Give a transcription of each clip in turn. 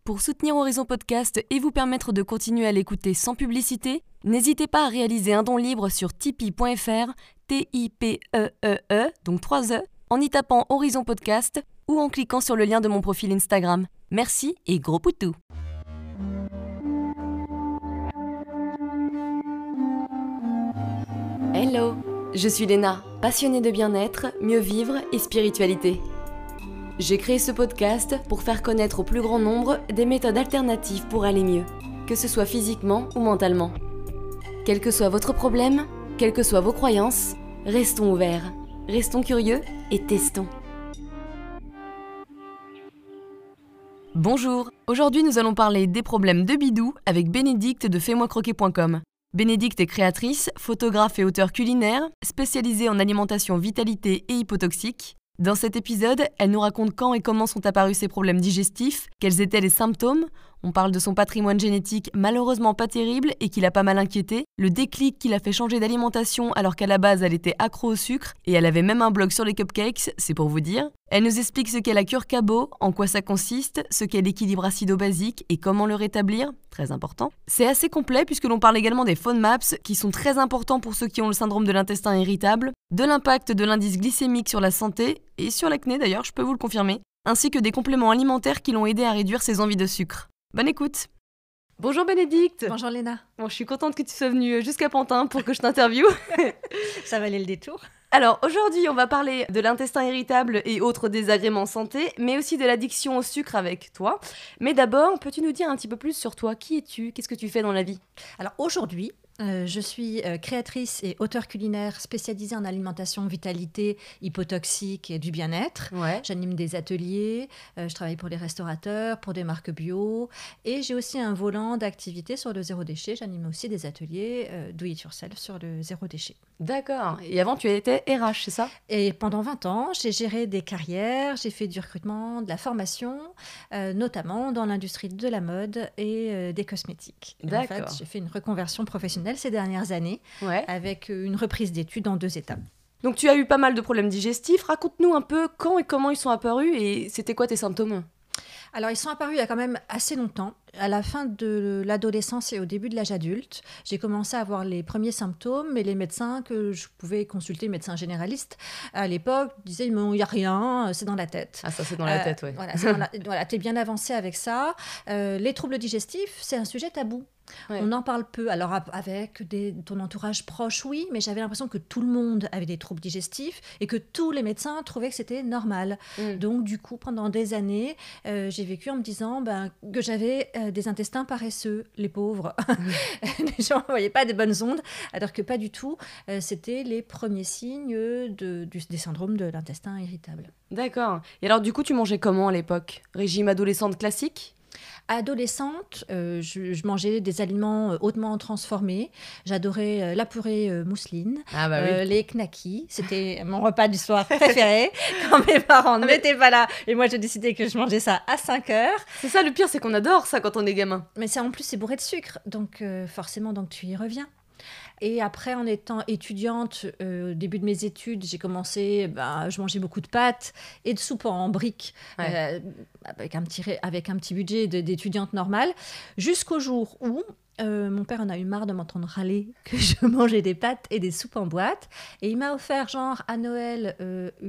Pour soutenir Horizon Podcast et vous permettre de continuer à l'écouter sans publicité, n'hésitez pas à réaliser un don libre sur tipeee.fr, T-I-P-E-E-E, donc 3 E, en y tapant Horizon Podcast ou en cliquant sur le lien de mon profil Instagram. Merci et gros poutou. Hello, je suis Léna, passionnée de bien-être, mieux vivre et spiritualité. J'ai créé ce podcast pour faire connaître au plus grand nombre des méthodes alternatives pour aller mieux, que ce soit physiquement ou mentalement. Quel que soit votre problème, quelles que soient vos croyances, restons ouverts, restons curieux et testons. Bonjour, aujourd'hui nous allons parler des problèmes de bidou avec Bénédicte de faitmoicroquer.com. Bénédicte est créatrice, photographe et auteure culinaire, spécialisée en alimentation vitalité et hypotoxique. Dans cet épisode, elle nous raconte quand et comment sont apparus ses problèmes digestifs, quels étaient les symptômes. On parle de son patrimoine génétique malheureusement pas terrible et qui l'a pas mal inquiété, le déclic qui l'a fait changer d'alimentation alors qu'à la base elle était accro au sucre et elle avait même un blog sur les cupcakes, c'est pour vous dire. Elle nous explique ce qu'est la cure Cabot, en quoi ça consiste, ce qu'est l'équilibre acido-basique et comment le rétablir, très important. C'est assez complet puisque l'on parle également des FODMAPs qui sont très importants pour ceux qui ont le syndrome de l'intestin irritable, de l'impact de l'indice glycémique sur la santé et sur l'acné d'ailleurs, je peux vous le confirmer, ainsi que des compléments alimentaires qui l'ont aidé à réduire ses envies de sucre. Bonne écoute. Bonjour Bénédicte. Bonjour Léna. Bon, je suis contente que tu sois venue jusqu'à Pantin pour que je t'interviewe. Ça valait le détour. Alors aujourd'hui, on va parler de l'intestin irritable et autres désagréments santé, mais aussi de l'addiction au sucre avec toi. Mais d'abord, peux-tu nous dire un petit peu plus sur toi? Qui es-tu? Qu'est-ce que tu fais dans la vie? Alors aujourd'hui, je suis créatrice et auteure culinaire spécialisée en alimentation, vitalité, hypotoxique et du bien-être. Ouais. J'anime des ateliers, je travaille pour les restaurateurs, pour des marques bio et j'ai aussi un volant d'activité sur le zéro déchet. J'anime aussi des ateliers do it yourself sur le zéro déchet. D'accord. Et avant, tu étais RH, c'est ça? Et pendant 20 ans, j'ai géré des carrières, j'ai fait du recrutement, de la formation, notamment dans l'industrie de la mode et des cosmétiques. Et D'accord. en fait, j'ai fait une reconversion professionnelle ces dernières années, Ouais. avec une reprise d'études en 2 étapes. Donc tu as eu pas mal de problèmes digestifs. Raconte-nous un peu quand et comment ils sont apparus et c'était quoi tes symptômes? Alors, ils sont apparus il y a quand même assez longtemps. À la fin de l'adolescence et au début de l'âge adulte, j'ai commencé à avoir les premiers symptômes et les médecins que je pouvais consulter, médecins généralistes, à l'époque, disaient « il n'y a rien, c'est dans la tête ». Ah, ça c'est dans la tête, ouais. Voilà, t'es bien avancé avec ça. Les troubles digestifs, c'est un sujet tabou. Ouais. On en parle peu. Alors avec ton entourage proche, oui, mais j'avais l'impression que tout le monde avait des troubles digestifs et que tous les médecins trouvaient que c'était normal. Donc du coup, pendant des années, j'ai vécu en me disant que j'avais des intestins paresseux, les pauvres. Les gens ne voyaient pas des bonnes ondes, alors que pas du tout. C'était les premiers signes des syndromes de l'intestin irritable. D'accord. Et alors du coup, tu mangeais comment à l'époque? Régime adolescente classique? Adolescente, je mangeais des aliments hautement transformés. J'adorais la purée mousseline, Ah bah oui. les knackis. C'était mon repas du soir préféré quand mes parents n'étaient pas là. Et moi, j'ai décidé que je mangeais ça à 5 heures. C'est ça le pire, c'est qu'on adore ça quand on est gamin. Mais en plus, c'est bourré de sucre. Donc forcément, tu y reviens. Et après, en étant étudiante, au début de mes études, j'ai commencé, je mangeais beaucoup de pâtes et de soupe en briques, Ouais. avec un petit budget d'étudiante normale, jusqu'au jour où mon père en a eu marre de m'entendre râler que je mangeais des pâtes et des soupes en boîte. Et il m'a offert, genre, à Noël,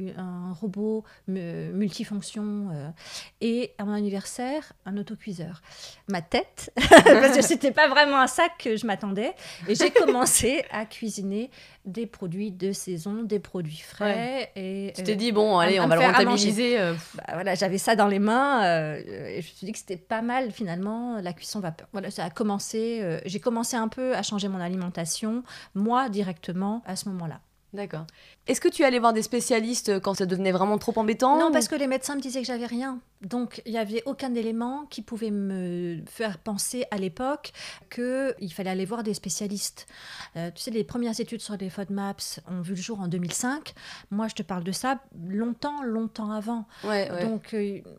un robot multifonction et à mon anniversaire, un autocuiseur. Ma tête, parce que c'était pas vraiment à ça que je m'attendais. Et j'ai commencé à cuisiner des produits de saison, des produits frais. Et, Tu t'es dit, bon, allez, à on me va le faire à rentabiliser. voilà, j'avais ça dans les mains et je me suis dit que c'était pas mal finalement la cuisson vapeur. Voilà, ça a commencé. J'ai commencé un peu à changer mon alimentation, moi directement à ce moment-là. D'accord. Est-ce que tu allais voir des spécialistes quand ça devenait vraiment trop embêtant? Non, parce que les médecins me disaient que j'avais rien. Donc, il n'y avait aucun élément qui pouvait me faire penser à l'époque qu'il fallait aller voir des spécialistes. Tu sais, les premières études sur les FODMAPs ont vu le jour en 2005. Moi, je te parle de ça longtemps avant. Ouais. Donc,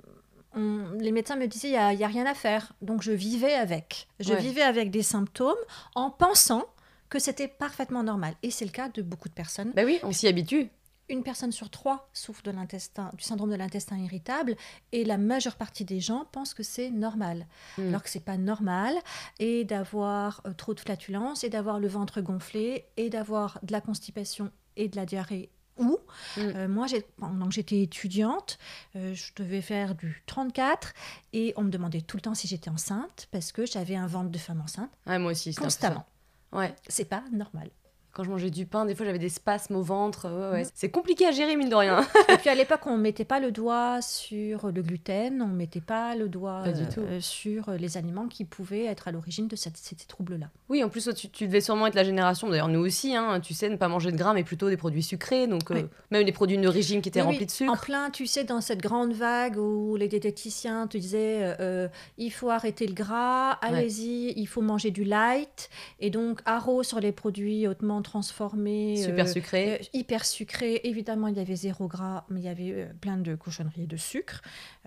les médecins me disaient, il n'y a rien à faire. Donc, je vivais avec. Je vivais avec des symptômes en pensant que c'était parfaitement normal. Et c'est le cas de beaucoup de personnes. Bah oui, on s'y habitue. une personne sur 3 souffre du syndrome de l'intestin irritable et la majeure partie des gens pensent que c'est normal, alors que c'est pas normal, et d'avoir trop de flatulence, et d'avoir le ventre gonflé, et d'avoir de la constipation et de la diarrhée. Moi, pendant que j'étais étudiante, je devais faire du 34 et on me demandait tout le temps si j'étais enceinte parce que j'avais un ventre de femme enceinte. Ouais, moi aussi, constamment. Ouais. C'est pas normal. Quand je mangeais du pain, des fois j'avais des spasmes au ventre. Ouais. C'est compliqué à gérer, mine de rien. Et puis à l'époque, on ne mettait pas le doigt sur le gluten, on ne mettait pas le doigt sur les aliments qui pouvaient être à l'origine de ces troubles-là. Oui, en plus, tu devais sûrement être la génération, d'ailleurs nous aussi, hein, tu sais, ne pas manger de gras, mais plutôt des produits sucrés, donc même les produits de régime qui étaient remplis de sucre. En plein, tu sais, dans cette grande vague où les diététiciens te disaient il faut arrêter le gras, allez-y, il faut manger du light, et donc haro sur les produits hautement transformés, super sucré. Hyper sucré. Évidemment, il y avait 0 gras, mais il y avait plein de cochonneries et de sucre.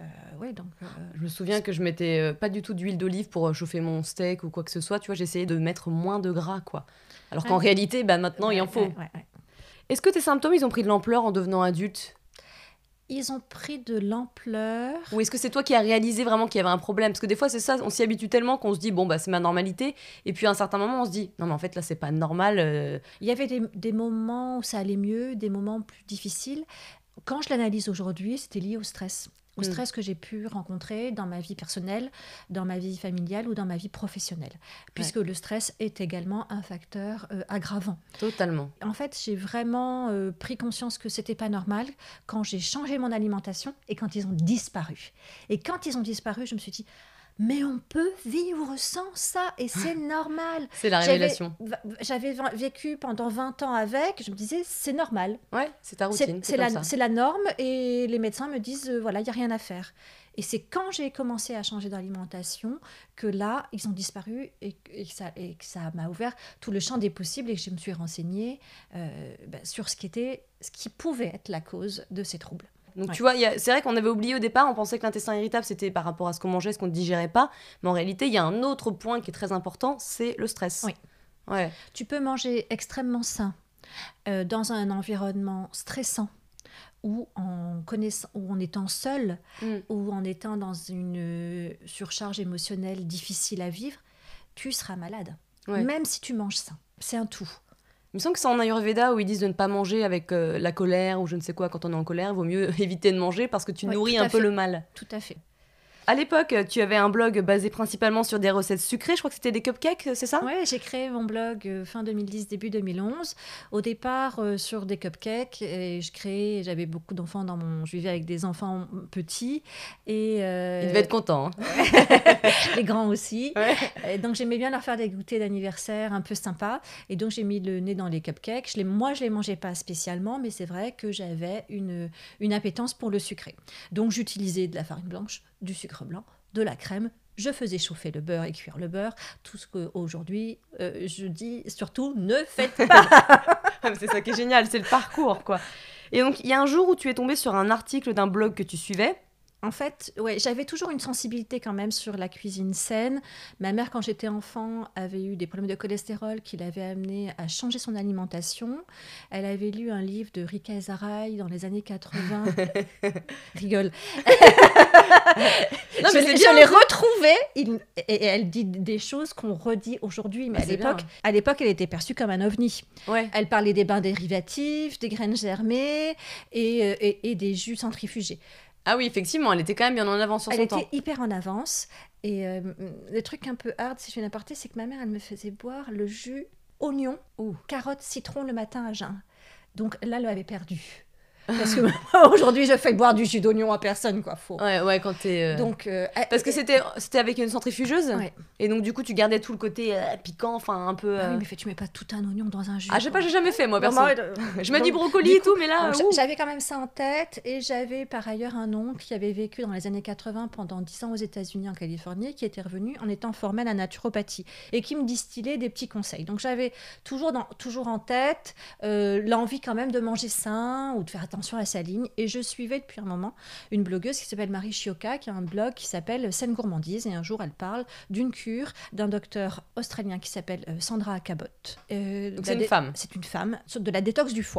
Je me souviens que je mettais pas du tout d'huile d'olive pour chauffer mon steak ou quoi que ce soit. Tu vois, j'essayais de mettre moins de gras, quoi. Alors qu'en réalité, maintenant, il en faut. Est-ce que tes symptômes, ils ont pris de l'ampleur en devenant adulte ? Ils ont pris de l'ampleur. Ou est-ce que c'est toi qui as réalisé vraiment qu'il y avait un problème ? Parce que des fois, c'est ça, on s'y habitue tellement qu'on se dit, bon, bah, c'est ma normalité. Et puis à un certain moment, on se dit, non, mais en fait, là, c'est pas normal. Il y avait des moments où ça allait mieux, des moments plus difficiles. Quand je l'analyse aujourd'hui, c'était lié au stress. Au stress que j'ai pu rencontrer dans ma vie personnelle, dans ma vie familiale ou dans ma vie professionnelle. Puisque le stress est également un facteur aggravant. Totalement. En fait, j'ai vraiment pris conscience que c'était pas normal quand j'ai changé mon alimentation et quand ils ont disparu. Et quand ils ont disparu, je me suis dit... Mais on peut vivre sans ça et c'est normal. C'est la révélation. J'avais vécu pendant 20 ans avec, je me disais, c'est normal. Ouais, c'est ta routine. C'est la norme et les médecins me disent, voilà, il n'y a rien à faire. Et c'est quand j'ai commencé à changer d'alimentation que là, ils ont disparu et que ça m'a ouvert tout le champ des possibles et que je me suis renseignée sur ce qui pouvait être la cause de ces troubles. Donc tu vois, c'est vrai qu'on avait oublié au départ, on pensait que l'intestin irritable c'était par rapport à ce qu'on mangeait, ce qu'on ne digérait pas, mais en réalité il y a un autre point qui est très important, c'est le stress. Oui. Ouais. Tu peux manger extrêmement sain dans un environnement stressant ou en étant seul ou en étant dans une surcharge émotionnelle difficile à vivre, tu seras malade, même si tu manges sain. C'est un tout. Il me semble que c'est en Ayurveda où ils disent de ne pas manger avec la colère ou je ne sais quoi. Quand on est en colère, il vaut mieux éviter de manger parce que tu nourris un peu le mal. Tout à fait. À l'époque, tu avais un blog basé principalement sur des recettes sucrées. Je crois que c'était des cupcakes, c'est ça ? Oui, j'ai créé mon blog fin 2010, début 2011. Au départ, sur des cupcakes. Et j'avais beaucoup d'enfants je vivais avec des enfants petits. Et, ils devaient être contents. Hein. Les grands aussi. Ouais. Et donc, j'aimais bien leur faire des goûters d'anniversaire un peu sympas. Et donc, j'ai mis le nez dans les cupcakes. Moi, je ne les mangeais pas spécialement, mais c'est vrai que j'avais une appétence pour le sucré. Donc, j'utilisais de la farine blanche, du sucre blanc, de la crème, je faisais chauffer le beurre et cuire le beurre, tout ce qu'aujourd'hui je dis surtout ne faites pas. C'est ça qui est génial, c'est le parcours quoi. Et donc il y a un jour où tu es tombée sur un article d'un blog que tu suivais. En fait, j'avais toujours une sensibilité quand même sur la cuisine saine. Ma mère, quand j'étais enfant, avait eu des problèmes de cholestérol qui l'avaient amenée à changer son alimentation. Elle avait lu un livre de Rika Ezaraï dans les années 80. Rigole. Non, mais je l'ai retrouvée et elle dit des choses qu'on redit aujourd'hui. Mais à l'époque, elle était perçue comme un ovni. Ouais. Elle parlait des bains dérivatifs, des graines germées et des jus centrifugés. Ah oui, effectivement, elle était quand même bien en avance sur son temps. Elle était hyper en avance. Et le truc un peu hard, si je fais n'importe, c'est que ma mère, elle me faisait boire le jus oignon, carotte, citron le matin à jeun. Donc là, elle avait perdu. Parce que aujourd'hui, je fais boire du jus d'oignon à personne, quoi. Faut. Ouais, quand t'es. Donc. Parce que c'était avec une centrifugeuse. Ouais. Et donc du coup, tu gardais tout le côté piquant, enfin un peu. Ah oui, mais tu mets pas tout un oignon dans un jus. Ah, j'ai jamais fait moi perso. Je mets du brocoli du et tout, mais là. J'avais quand même ça en tête et j'avais par ailleurs un oncle qui avait vécu dans les années 80 pendant 10 ans aux États-Unis en Californie, qui était revenu en étant formé à la naturopathie et qui me distillait des petits conseils. Donc j'avais toujours en tête l'envie quand même de manger sain ou de faire attention à sa ligne. Et je suivais depuis un moment une blogueuse qui s'appelle Marie Chioka, qui a un blog qui s'appelle Saine Gourmandise. Et un jour, elle parle d'une cure d'un docteur australien qui s'appelle Sandra Cabot. Donc c'est une femme. C'est une femme, de la détox du foie.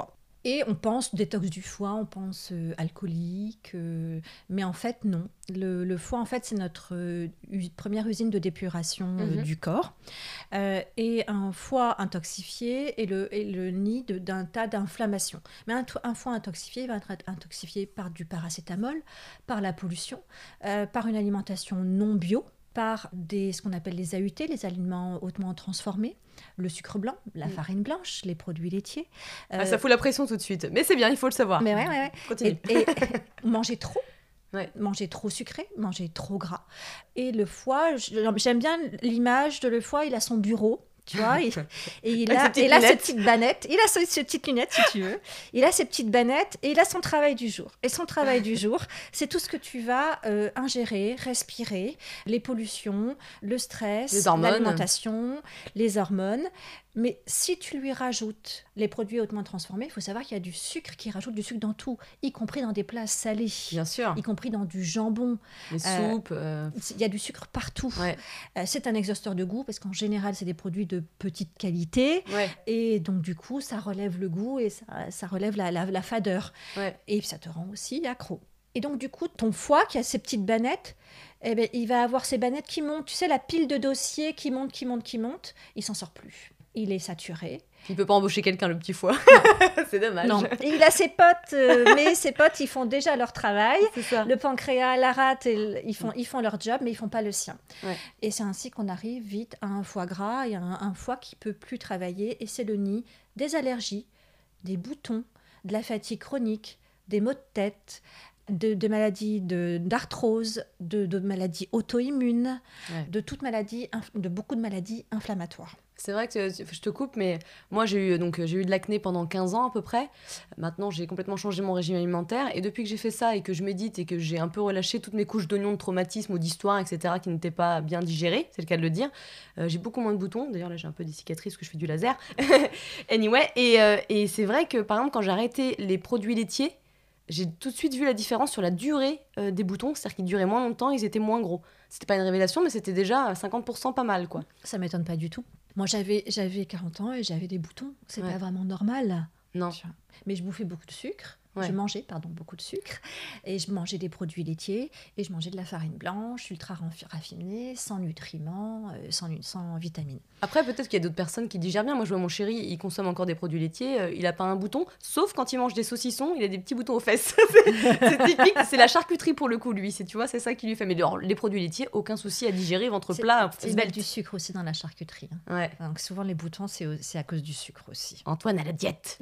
Et on pense détox du foie, on pense alcoolique, mais en fait non. Le foie, en fait, c'est notre première usine de d'épuration du corps. Et un foie intoxifié est le nid d'un tas d'inflammations. Mais un foie intoxifié va être intoxifié par du paracétamol, par la pollution, par une alimentation non bio, par ce qu'on appelle les AUT, les aliments hautement transformés, le sucre blanc, la farine blanche, les produits laitiers. Ça fout la pression tout de suite. Mais c'est bien, il faut le savoir. Mais ouais. Continue. Et manger trop. Ouais. Manger trop sucré, manger trop gras. Et le foie, j'aime bien l'image de le foie, il a son bureau. Tu vois, il a ses petites bannettes, il a ses petites lunettes si tu veux, il a ses petites bannettes et il a son travail du jour. Et son travail du jour, c'est tout ce que tu vas ingérer, respirer, les pollutions, le stress, l'alimentation, les hormones. Mais si tu lui rajoutes les produits hautement transformés, il faut savoir qu'il y a du sucre qui rajoute du sucre dans tout, y compris dans des plats salés. Bien sûr. Y compris dans du jambon. Les soupes. Il y a du sucre partout. Ouais. C'est un exhausteur de goût parce qu'en général, c'est des produits de petite qualité. Ouais. Et donc, du coup, ça relève le goût et ça relève la fadeur. Ouais. Et ça te rend aussi accro. Et donc, du coup, ton foie qui a ses petites bannettes, eh ben, il va avoir ses bannettes qui montent. Tu sais, la pile de dossiers qui monte, il s'en sort plus. Il est saturé. Il peut pas embaucher quelqu'un, le petit foie. C'est dommage. Non. Et il a ses potes, mais ses potes, ils font déjà leur travail. C'est ça. Le pancréas, la rate, ils font leur job, mais ils font pas le sien. Ouais. Et c'est ainsi qu'on arrive vite à un foie gras et à un foie qui peut plus travailler. Et c'est le nid des allergies, des boutons, de la fatigue chronique, des maux de tête, de maladies d'arthrose, de maladies auto-immunes, de beaucoup de maladies inflammatoires. C'est vrai que je te coupe, mais moi j'ai eu de l'acné pendant 15 ans à peu près. Maintenant j'ai complètement changé mon régime alimentaire et depuis que j'ai fait ça et que je médite et que j'ai un peu relâché toutes mes couches d'oignons de traumatisme ou d'histoire, etc. qui n'étaient pas bien digérées, c'est le cas de le dire, j'ai beaucoup moins de boutons. D'ailleurs là j'ai un peu des cicatrices parce que je fais du laser. Anyway, et c'est vrai que par exemple quand j'ai arrêté les produits laitiers, j'ai tout de suite vu la différence sur la durée des boutons, c'est-à-dire qu'ils duraient moins longtemps, ils étaient moins gros. C'était pas une révélation, mais c'était déjà 50% pas mal, quoi. Ça m'étonne pas du tout. Moi, j'avais 40 ans et j'avais des boutons. C'est pas vraiment normal. Non. Mais je bouffais beaucoup de sucre. Ouais. Je mangeais, beaucoup de sucre. Et je mangeais des produits laitiers. Et je mangeais de la farine blanche, ultra raffinée, sans nutriments, sans vitamines. Après, peut-être qu'il y a d'autres personnes qui digèrent bien. Moi, je vois mon chéri, il consomme encore des produits laitiers. Il a pas un bouton, sauf quand il mange des saucissons, il a des petits boutons aux fesses. c'est typique. C'est la charcuterie pour le coup, lui. Tu vois, c'est ça qui lui fait. Mais les produits laitiers, aucun souci à digérer, ventre plat. Il y a du sucre aussi dans la charcuterie. Ouais. Donc souvent, les boutons, c'est à cause du sucre aussi. Antoine à la diète.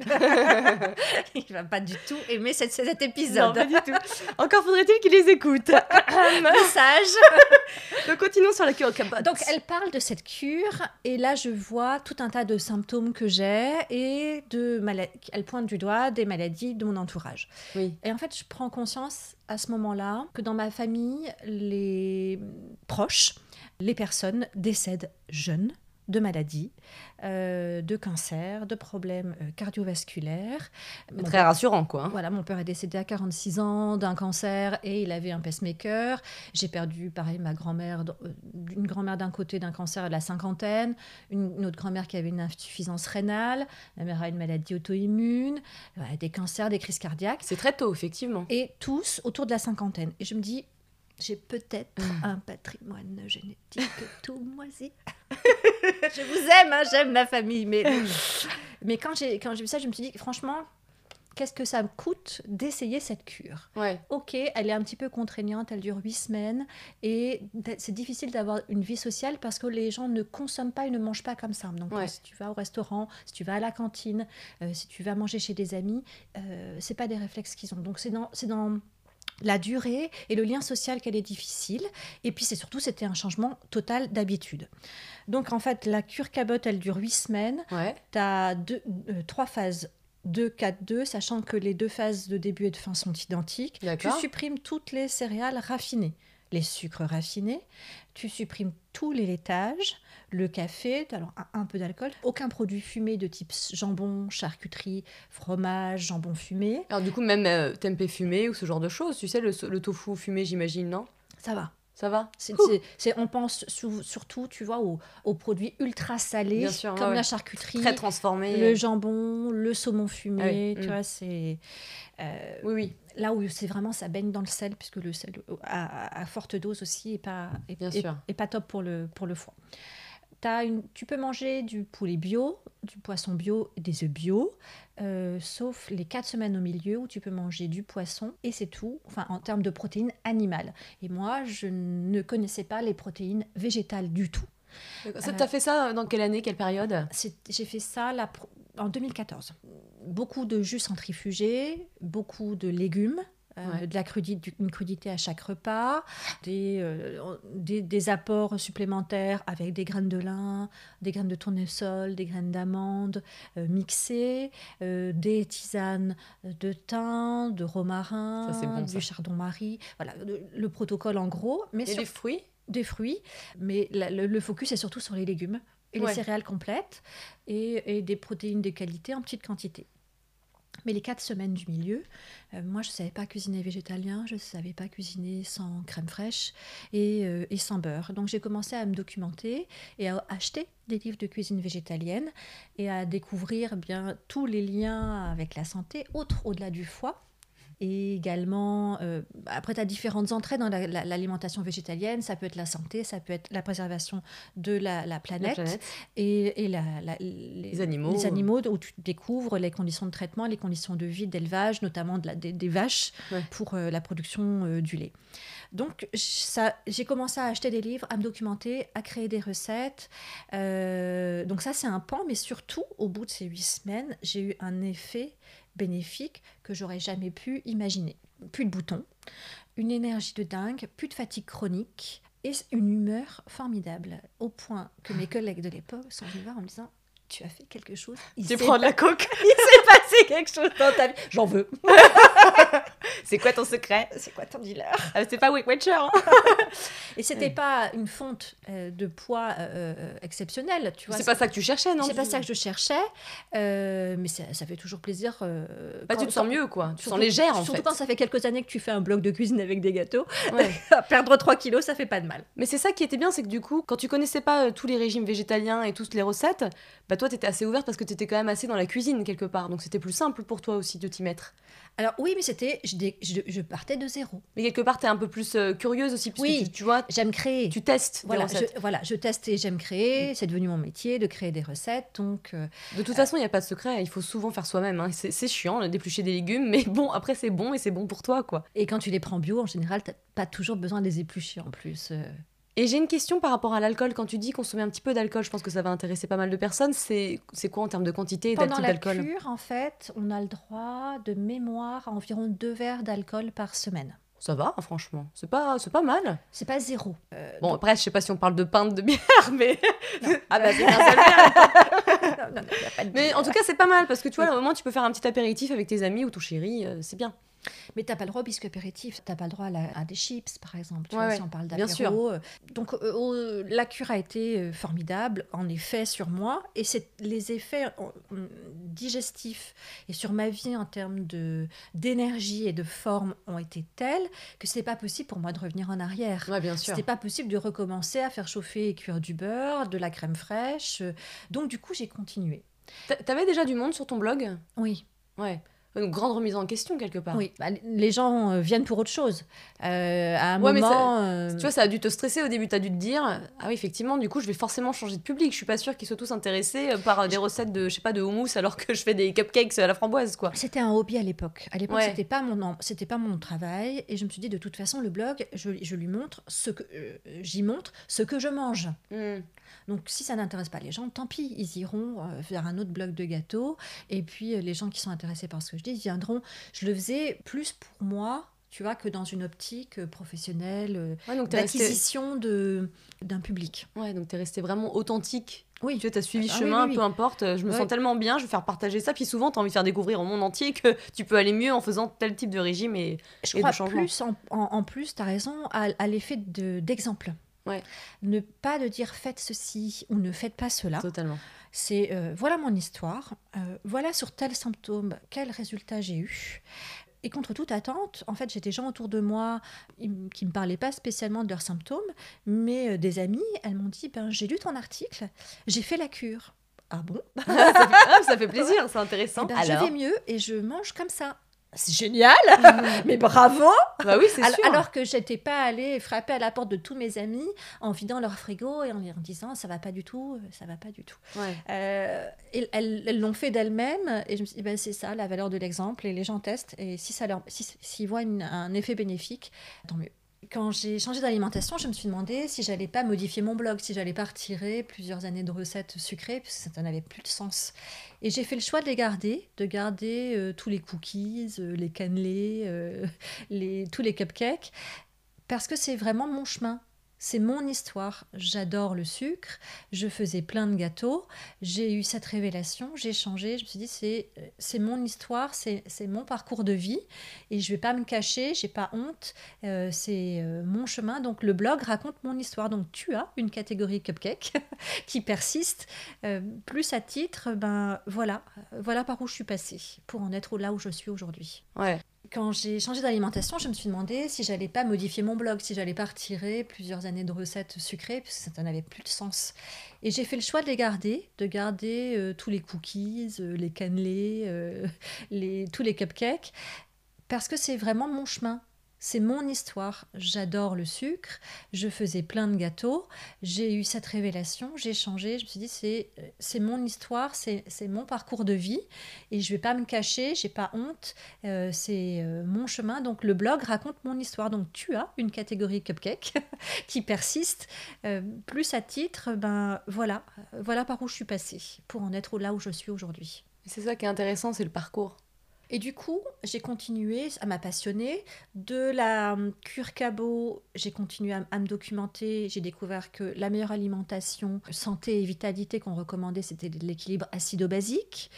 Il va pas du tout aimer cet épisode. Non, pas du tout. Encore faudrait-il qu'il les écoute. Message. Donc, continuons sur la cure capote. Donc, elle parle de cette cure, et là, je vois tout un tas de symptômes que j'ai, et elle pointe du doigt des maladies de mon entourage. Oui. Et en fait, je prends conscience à ce moment-là que dans ma famille, les proches, les personnes décèdent jeunes de maladies, de cancers, de problèmes cardiovasculaires. Très rassurant, quoi. Voilà, mon père est décédé à 46 ans d'un cancer et il avait un pacemaker. J'ai perdu, pareil, ma grand-mère, une grand-mère d'un côté d'un cancer à la cinquantaine, une autre grand-mère qui avait une insuffisance rénale, ma mère a une maladie auto-immune, des cancers, des crises cardiaques. C'est très tôt, effectivement. Et tous autour de la cinquantaine. Et je me dis, j'ai peut-être un patrimoine génétique tout moisi. Je vous aime, hein, j'aime ma famille. Mais quand j'ai vu ça, je me suis dit, franchement, qu'est-ce que ça me coûte d'essayer cette cure ? Ouais. Ok, elle est un petit peu contraignante, elle dure 8 semaines. Et c'est difficile d'avoir une vie sociale parce que les gens ne consomment pas et ne mangent pas comme ça. Donc, si tu vas au restaurant, si tu vas à la cantine, si tu vas manger chez des amis, c'est pas des réflexes qu'ils ont. Donc, c'est dans la durée et le lien social qu'elle est difficile. Et puis, c'était un changement total d'habitude. Donc, en fait, la cure cabote, elle dure 8 semaines. Ouais. Tu as 3 phases 2, 4, 2, sachant que les 2 phases de début et de fin sont identiques. D'accord. Tu supprimes toutes les céréales raffinées, les sucres raffinés, tu supprimes tous les laitages, le café, alors un peu d'alcool, aucun produit fumé de type jambon, charcuterie, fromage, jambon fumé. Alors du coup, même tempeh fumé ou ce genre de choses, tu sais, le tofu fumé, j'imagine, non ? Ça va. Ça va. On pense surtout, tu vois, aux produits ultra salés, bien sûr, comme la charcuterie, très transformé, le jambon, le saumon fumé, tu vois, c'est... oui. Là où c'est vraiment, ça baigne dans le sel, puisque le sel à forte dose aussi est pas top pour le foie. Tu peux manger du poulet bio, du poisson bio, des œufs bio, sauf les 4 semaines au milieu où tu peux manger du poisson et c'est tout, enfin en termes de protéines animales. Et moi, je ne connaissais pas les protéines végétales du tout. T'as fait ça dans quelle année, quelle période ? J'ai fait ça en 2014. Beaucoup de jus centrifugés, beaucoup de légumes. Une crudité à chaque repas, des apports supplémentaires avec des graines de lin, des graines de tournesol, des graines d'amande mixées, des tisanes de thym, de romarin, ça, c'est bon, du chardon-marie. Voilà, le protocole en gros. Mais des fruits ? Des fruits, mais le focus est surtout sur les légumes et les céréales complètes et des protéines de qualité en petite quantité. Mais les 4 semaines du milieu, moi je ne savais pas cuisiner végétalien, je ne savais pas cuisiner sans crème fraîche et sans beurre. Donc j'ai commencé à me documenter et à acheter des livres de cuisine végétalienne et à découvrir bien tous les liens avec la santé, au-delà du foie. Et également, après, tu as différentes entrées dans l'alimentation végétalienne. Ça peut être la santé, ça peut être la préservation de la planète. Et les animaux, où tu découvres les conditions de traitement, les conditions de vie, d'élevage, notamment des vaches pour la production du lait. Donc, j'ai commencé à acheter des livres, à me documenter, à créer des recettes. Donc ça, c'est un pan, mais surtout, au bout de ces 8 semaines, j'ai eu un effet bénéfique que j'aurais jamais pu imaginer. Plus de boutons, une énergie de dingue, plus de fatigue chronique et une humeur formidable, au point que mes collègues de l'époque sont venus voir en me disant « Tu as fait quelque chose. Tu prends de la coke. Il s'est passé quelque chose dans ta vie. J'en veux. » C'est quoi ton secret ? C'est quoi ton dealer ? C'est pas Weight Watcher. Et c'était pas une fonte de poids exceptionnelle, tu vois. C'est pas ça que tu cherchais, non ? C'est pas ça que je cherchais, mais ça fait toujours plaisir. Tu te sens mieux, quoi. Tu te sens légère, en fait. Surtout quand ça fait quelques années que tu fais un blog de cuisine avec des gâteaux. Perdre 3 kilos, ça fait pas de mal. Mais c'est ça qui était bien, c'est que du coup, quand tu connaissais pas tous les régimes végétaliens et toutes les recettes, toi, t'étais assez ouverte parce que t'étais quand même assez dans la cuisine, quelque part. Donc c'était plus simple pour toi aussi de t'y mettre. Alors oui, mais je partais de zéro. Mais quelque part, t'es un peu plus curieuse aussi, parce que tu vois, j'aime créer. Tu testes des recettes. Je teste et j'aime créer. C'est devenu mon métier de créer des recettes. Donc, de toute façon, il n'y a pas de secret. Il faut souvent faire soi-même. Hein. C'est chiant, d'éplucher des légumes, mais bon, après, c'est bon et c'est bon pour toi, quoi. Et quand tu les prends bio, en général, t'as pas toujours besoin de les éplucher en plus. Et j'ai une question par rapport à l'alcool. Quand tu dis consommer un petit peu d'alcool, je pense que ça va intéresser pas mal de personnes. C'est quoi en termes de quantité et d'alcool ? Pendant la cure, en fait, on a le droit de mémoire à environ 2 verres d'alcool par semaine. Ça va, franchement. C'est pas mal. C'est pas zéro. Bon, après, je sais pas si on parle de pinte de bière, mais... Ah bah, c'est un seul verre. Non, y a pas de mais en tout cas, c'est pas mal, parce que tu vois, au moment, tu peux faire un petit apéritif avec tes amis ou ton chéri, c'est bien. Mais t'as pas le droit au biscuit apéritif, t'as pas le droit à des chips, par exemple, tu vois, ouais, si on parle bien d'apéro. sûr. Donc, la cure a été formidable, en effet, sur moi. Et les effets digestifs et sur ma vie en termes d'énergie et de forme ont été tels que c'était pas possible pour moi de revenir en arrière. Ouais, bien sûr. C'était pas possible de recommencer à faire chauffer et cuire du beurre, de la crème fraîche. Donc, du coup, j'ai continué. T'avais déjà du monde sur ton blog ? Oui. Ouais. Une grande remise en question, quelque part. Oui, les gens viennent pour autre chose. À un moment... Tu vois, ça a dû te stresser au début. Tu as dû te dire, ah oui, effectivement, du coup, je vais forcément changer de public. Je suis pas sûre qu'ils soient tous intéressés par des recettes de, je sais pas, de houmous alors que je fais des cupcakes à la framboise, quoi. C'était un hobby à l'époque. À l'époque, c'était pas mon travail. Et je me suis dit, de toute façon, le blog, je lui montre j'y montre ce que je mange. Donc, si ça n'intéresse pas les gens, tant pis, ils iront vers un autre blog de gâteaux. Et puis, les gens qui sont intéressés par ce que je dis, ils viendront. Je le faisais plus pour moi, tu vois, que dans une optique professionnelle d'acquisition d'un public. Ouais, donc tu es resté vraiment authentique. Oui. Tu vois, t'as suivi ce chemin, peu importe. Je me sens tellement bien, je vais faire partager ça. Puis souvent, t'as envie de faire découvrir au monde entier que tu peux aller mieux en faisant tel type de régime et de changement. Je crois plus, en plus, t'as raison, à l'effet d'exemple. Ouais. Ne pas de dire faites ceci ou ne faites pas cela. Totalement. C'est voilà mon histoire, voilà sur tel symptôme, quel résultat j'ai eu. Et contre toute attente, en fait, j'ai des gens autour de moi qui ne me parlaient pas spécialement de leurs symptômes, mais des amies, elles m'ont dit, j'ai lu ton article, j'ai fait la cure. Ah bon? Ça fait plaisir, c'est intéressant. Je vais mieux et je mange comme ça. C'est génial, mais bravo. Bah oui, c'est sûr. Alors que j'étais pas allée frapper à la porte de tous mes amis en vidant leur frigo et en leur disant ça va pas du tout, ça va pas du tout. Ouais. Et elles l'ont fait d'elles-mêmes et je me suis dit c'est ça la valeur de l'exemple et les gens testent et s'ils voient un effet bénéfique, tant mieux. Quand j'ai changé d'alimentation, je me suis demandé si j'allais pas modifier mon blog, si j'allais pas retirer plusieurs années de recettes sucrées, parce que ça n'avait plus de sens. Et j'ai fait le choix de garder tous les cookies, les cannelés, tous les cupcakes, parce que c'est vraiment mon chemin. C'est mon histoire. J'adore le sucre. Je faisais plein de gâteaux. J'ai eu cette révélation. J'ai changé. Je me suis dit, c'est mon histoire, c'est mon parcours de vie. Et je ne vais pas me cacher. Je n'ai pas honte. C'est mon chemin. Donc, le blog raconte mon histoire. Donc, tu as une catégorie cupcake qui persiste. Plus à titre, voilà par où je suis passée pour en être là où je suis aujourd'hui. Ouais. Quand j'ai changé d'alimentation, je me suis demandé si j'allais pas modifier mon blog, si j'allais pas retirer plusieurs années de recettes sucrées, parce que ça n'avait plus de sens. Et j'ai fait le choix de garder tous les cookies, les cannelés, tous les cupcakes, parce que c'est vraiment mon chemin. C'est mon histoire. J'adore le sucre. Je faisais plein de gâteaux. J'ai eu cette révélation. J'ai changé. Je me suis dit, c'est mon histoire, c'est mon parcours de vie. Et je ne vais pas me cacher. Je n'ai pas honte. C'est mon chemin. Donc, le blog raconte mon histoire. Donc, tu as une catégorie cupcake qui persiste. Plus à titre, voilà par où je suis passée pour en être là où je suis aujourd'hui. C'est ça qui est intéressant, c'est le parcours. Et du coup, j'ai continué, ça m'a passionnée. De la cure Cabot, j'ai continué à me documenter. J'ai découvert que la meilleure alimentation, santé et vitalité qu'on recommandait, c'était l'équilibre acido-basique.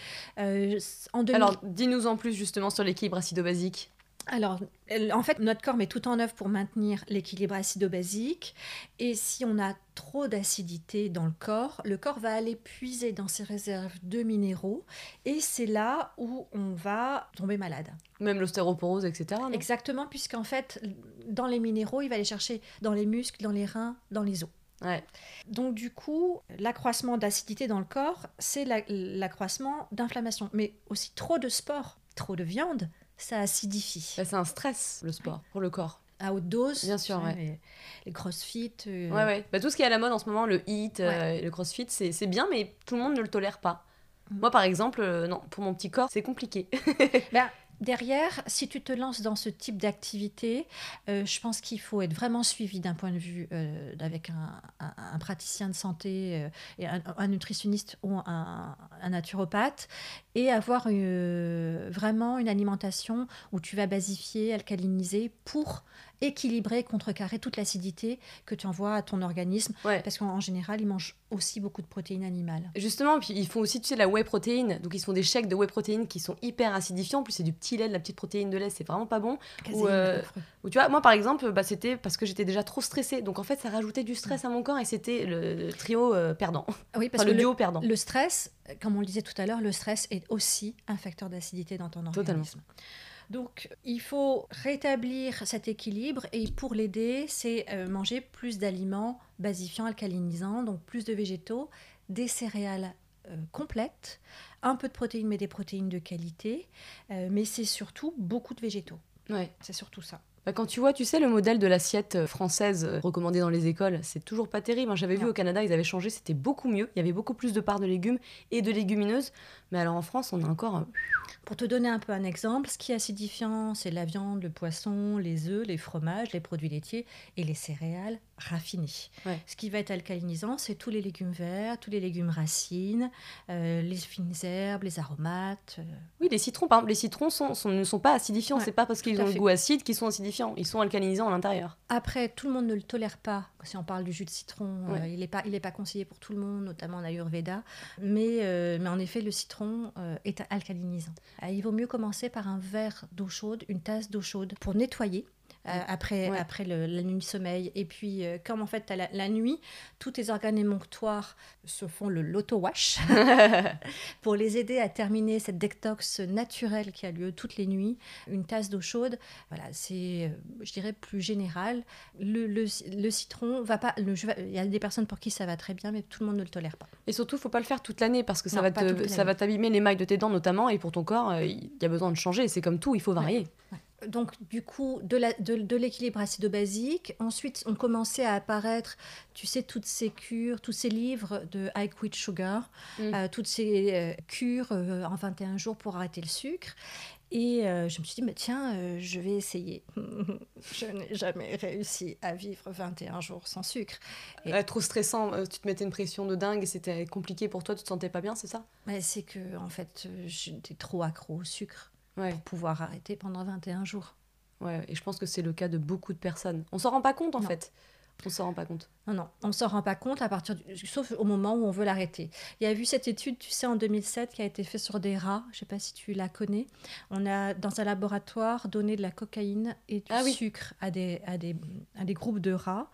Alors, dis-nous en plus justement sur l'équilibre acido-basique. Alors, en fait, notre corps met tout en œuvre pour maintenir l'équilibre acido-basique. Et si on a trop d'acidité dans le corps va aller puiser dans ses réserves de minéraux. Et c'est là où on va tomber malade. Même l'ostéoporose, etc. Non ? Exactement, puisqu'en fait, dans les minéraux, il va aller chercher dans les muscles, dans les reins, dans les os. Ouais. Donc du coup, l'accroissement d'acidité dans le corps, c'est l'accroissement d'inflammation. Mais aussi trop de sport, trop de viande, ça acidifie. C'est un stress, le sport, pour le corps. À haute dose. Bien sûr, ouais. Les crossfit. Ouais. Tout ce qui est à la mode en ce moment, le HIIT, le crossfit, c'est bien, mais tout le monde ne le tolère pas. Moi, par exemple, non, pour mon petit corps, c'est compliqué. Derrière, si tu te lances dans ce type d'activité, je pense qu'il faut être vraiment suivi d'un point de vue avec un praticien de santé, et un nutritionniste ou un naturopathe, et avoir vraiment une alimentation où tu vas basifier, alcaliniser pour équilibrer, contrecarrer toute l'acidité que tu envoies à ton organisme, parce qu'en général, ils mangent aussi beaucoup de protéines animales. Justement, puis ils font aussi, tu sais, la whey protéine, donc ils se font des shakes de whey protéine qui sont hyper acidifiants, en plus c'est du petit lait, de la petite protéine de lait, c'est vraiment pas bon. Ou tu vois, moi par exemple, c'était parce que j'étais déjà trop stressée, donc en fait ça rajoutait du stress à mon corps et c'était le trio perdant. Oui, parce que le duo perdant. Le stress, comme on le disait tout à l'heure, le stress est aussi un facteur d'acidité dans ton organisme. Totalement. Donc, il faut rétablir cet équilibre et pour l'aider, c'est manger plus d'aliments basifiants, alcalinisants, donc plus de végétaux, des céréales complètes, un peu de protéines, mais des protéines de qualité, mais c'est surtout beaucoup de végétaux. Ouais. C'est surtout ça. Quand tu vois, tu sais, le modèle de l'assiette française recommandée dans les écoles, c'est toujours pas terrible. J'avais vu au Canada, ils avaient changé, c'était beaucoup mieux. Il y avait beaucoup plus de parts de légumes et de légumineuses. Mais alors en France, on a encore... Pour te donner un peu un exemple, ce qui est acidifiant, c'est la viande, le poisson, les œufs, les fromages, les produits laitiers et les céréales raffinées. Ouais. Ce qui va être alcalinisant, c'est tous les légumes verts, tous les légumes racines, les fines herbes, les aromates. Oui, les citrons, par exemple, les citrons ne sont pas acidifiants. C'est pas parce qu'ils ont le goût acide qu'ils sont acidifiants. Ils sont alcalinisants à l'intérieur. Après, tout le monde ne le tolère pas. Si on parle du jus de citron, il n'est pas conseillé pour tout le monde, notamment en Ayurveda. Mais en effet, le citron est alcalinisant. Il vaut mieux commencer par un verre d'eau chaude, une tasse d'eau chaude pour nettoyer. après la nuit de sommeil. Et puis, comme en fait, tu as la nuit, tous tes organes émonctoires se font le l'auto-wash pour les aider à terminer cette détox naturelle qui a lieu toutes les nuits. Une tasse d'eau chaude, voilà, c'est, je dirais, plus général. Le citron va pas... Il y a des personnes pour qui ça va très bien, mais tout le monde ne le tolère pas. Et surtout, il ne faut pas le faire toute l'année parce que ça va t'abîmer l'émail de tes dents notamment, et pour ton corps, il y a besoin de changer. C'est comme tout, il faut varier. Ouais. Donc, du coup, de l'équilibre acido-basique. Ensuite, ont commencé à apparaître, tu sais, toutes ces cures, tous ces livres de I Quit Sugar, toutes ces cures en 21 jours pour arrêter le sucre. Et je me suis dit, mais tiens, je vais essayer. Je n'ai jamais réussi à vivre 21 jours sans sucre. Trop stressant, tu te mettais une pression de dingue et c'était compliqué pour toi, tu te sentais pas bien, c'est ça ? Mais c'est que, en fait, j'étais trop accro au sucre. Pour pouvoir arrêter pendant 21 jours. Ouais, et je pense que c'est le cas de beaucoup de personnes. On s'en rend pas compte, en fait. On s'en rend pas compte. Non, on s'en rend pas compte sauf au moment où on veut l'arrêter. Il y a eu cette étude, tu sais, en 2007, qui a été faite sur des rats. Je sais pas si tu la connais. On a, dans un laboratoire, donné de la cocaïne et du sucre à des groupes de rats.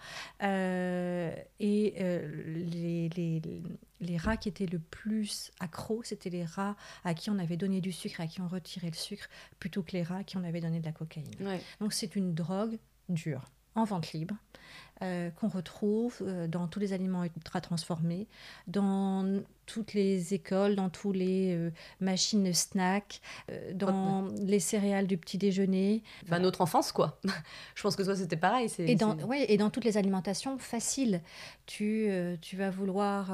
Les rats qui étaient le plus accros, c'était les rats à qui on avait donné du sucre, à qui on retirait le sucre, plutôt que les rats à qui on avait donné de la cocaïne. Ouais. Donc c'est une drogue dure, en vente libre, qu'on retrouve dans tous les aliments ultra transformés, dans toutes les écoles, dans tous les machines snack, dans les céréales du petit déjeuner. Enfin, notre enfance, quoi. Je pense que toi, c'était pareil. Et dans toutes les alimentations faciles. Tu vas vouloir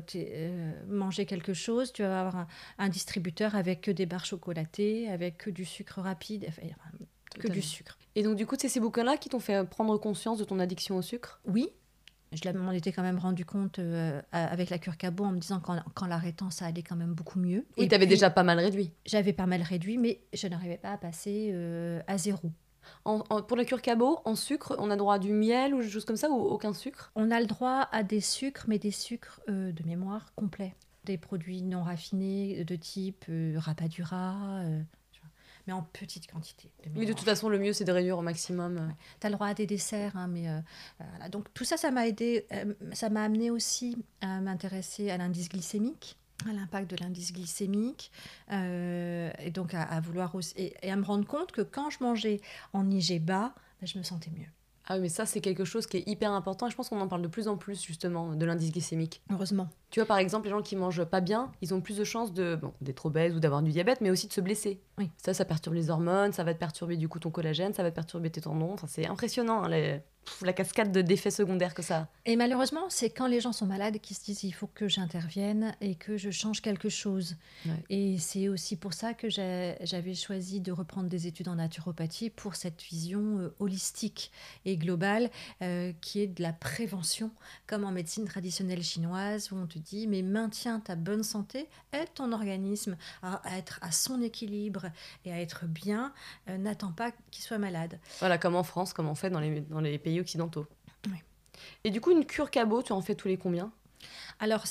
manger quelque chose, tu vas avoir un distributeur avec que des barres chocolatées, avec que du sucre rapide, que du sucre. Et donc, du coup, c'est ces bouquins-là qui t'ont fait prendre conscience de ton addiction au sucre ? Oui. Je m'en étais quand même rendu compte avec la cure Cabot en me disant qu'en l'arrêtant, ça allait quand même beaucoup mieux. Oui, tu avais déjà pas mal réduit. J'avais pas mal réduit, mais je n'arrivais pas à passer à 0. Pour la cure Cabot, en sucre, on a droit à du miel ou des choses comme ça, ou aucun sucre ? On a le droit à des sucres, mais des sucres de mémoire complets. Des produits non raffinés de type Rapadura... mais en petite quantité. Oui, de toute façon, le mieux, c'est de réduire au maximum. Ouais. Tu as le droit à des desserts, hein, mais voilà. Donc tout ça, ça m'a aidé. Ça m'a amené aussi à m'intéresser à l'indice glycémique, à l'impact de l'indice glycémique, et donc à vouloir aussi, et à me rendre compte que quand je mangeais en IG bas, je me sentais mieux. Ah oui, mais ça, c'est quelque chose qui est hyper important. Et je pense qu'on en parle de plus en plus, justement, de l'indice glycémique. Heureusement. Tu vois, par exemple, les gens qui mangent pas bien, ils ont plus de chances d'être obèses ou d'avoir du diabète, mais aussi de se blesser. Oui. Ça perturbe les hormones, ça va te perturber du coup ton collagène, ça va te perturber tes tendons. Enfin, c'est impressionnant, hein, la cascade d'effets secondaires que ça a. Et malheureusement, c'est quand les gens sont malades qu'ils se disent il faut que j'intervienne et que je change quelque chose. Ouais. Et c'est aussi pour ça que j'avais choisi de reprendre des études en naturopathie pour cette vision holistique et globale qui est de la prévention, comme en médecine traditionnelle chinoise où on te dit mais maintiens ta bonne santé, aide ton organisme à être à son équilibre et à être bien, n'attends pas qu'il soit malade. Voilà, comme en France, comme on fait dans les pays occidentaux. Oui. Et du coup, une cure Cabot, tu en fais tous les combien ? Alors,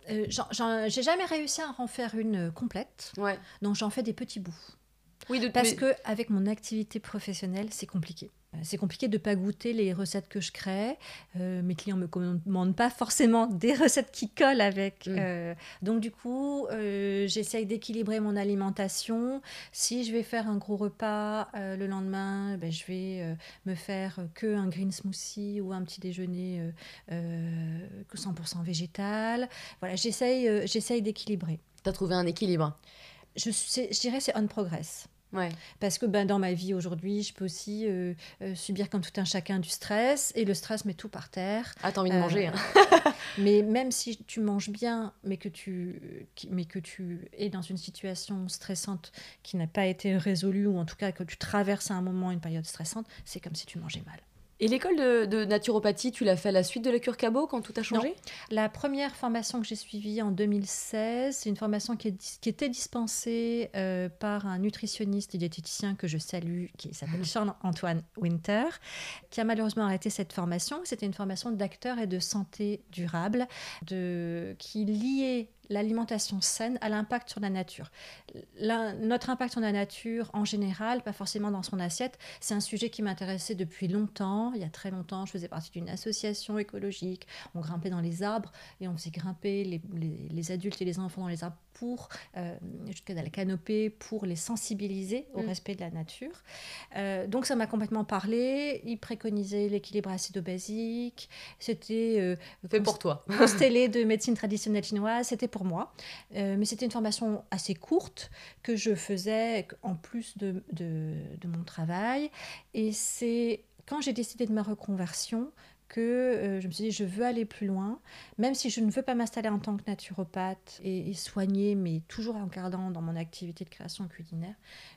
j'ai jamais réussi à en faire une complète, donc j'en fais des petits bouts. Oui, parce qu'avec mon activité professionnelle, c'est compliqué. C'est compliqué de ne pas goûter les recettes que je crée. Mes clients ne me commandent pas forcément des recettes qui collent avec. Donc du coup, j'essaye d'équilibrer mon alimentation. Si je vais faire un gros repas le lendemain, je vais me faire qu'un green smoothie ou un petit déjeuner 100% végétal. Voilà, j'essaye d'équilibrer. Tu as trouvé un équilibre ? Je dirais c'est on progress. Ouais. Parce que dans ma vie aujourd'hui, je peux aussi subir comme tout un chacun du stress, et le stress met tout par terre. Ah, t'as envie de manger. Hein. Mais même si tu manges bien, mais que tu es dans une situation stressante qui n'a pas été résolue, ou en tout cas que tu traverses à un moment une période stressante, c'est comme si tu mangeais mal. Et l'école de naturopathie, tu l'as fait à la suite de la cure Cabot quand tout a changé ? Non. La première formation que j'ai suivie en 2016, c'est une formation qui était dispensée par un nutritionniste et diététicien que je salue, qui s'appelle Charles-Antoine Winter, qui a malheureusement arrêté cette formation. C'était une formation d'acteur et de santé durable, qui liait l'alimentation saine a l'impact sur la nature. Notre impact sur la nature, en général, pas forcément dans son assiette, c'est un sujet qui m'intéressait depuis longtemps. Il y a très longtemps, je faisais partie d'une association écologique. On grimpait dans les arbres et on faisait grimper les adultes et les enfants dans les arbres jusqu'à la canopée pour les sensibiliser au respect de la nature. Donc ça m'a complètement parlé. Ils préconisaient l'équilibre acido-basique. C'était fait pour toi. Constellé de médecine traditionnelle chinoise, c'était pour moi. Mais c'était une formation assez courte que je faisais en plus de mon travail. Et c'est quand j'ai décidé de ma reconversion que je me suis dit, je veux aller plus loin, même si je ne veux pas m'installer en tant que naturopathe et soigner, mais toujours en gardant dans mon activité de création culinaire.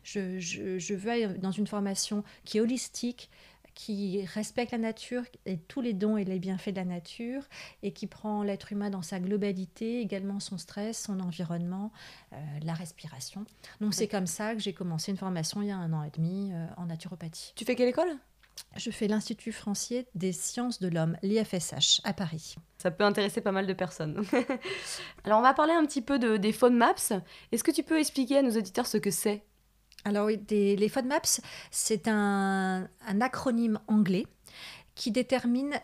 Je veux aller dans une formation qui est holistique, qui respecte la nature et tous les dons et les bienfaits de la nature et qui prend l'être humain dans sa globalité, également son stress, son environnement, la respiration. Donc c'est comme ça que j'ai commencé une formation il y a 1 an et demi en naturopathie. Tu fais quelle école ? Je fais l'Institut français des sciences de l'homme, l'IFSH, à Paris. Ça peut intéresser pas mal de personnes. Alors, on va parler un petit peu des FODMAPs. Est-ce que tu peux expliquer à nos auditeurs ce que c'est ? Alors, oui, les FODMAPs, c'est un acronyme anglais qui détermine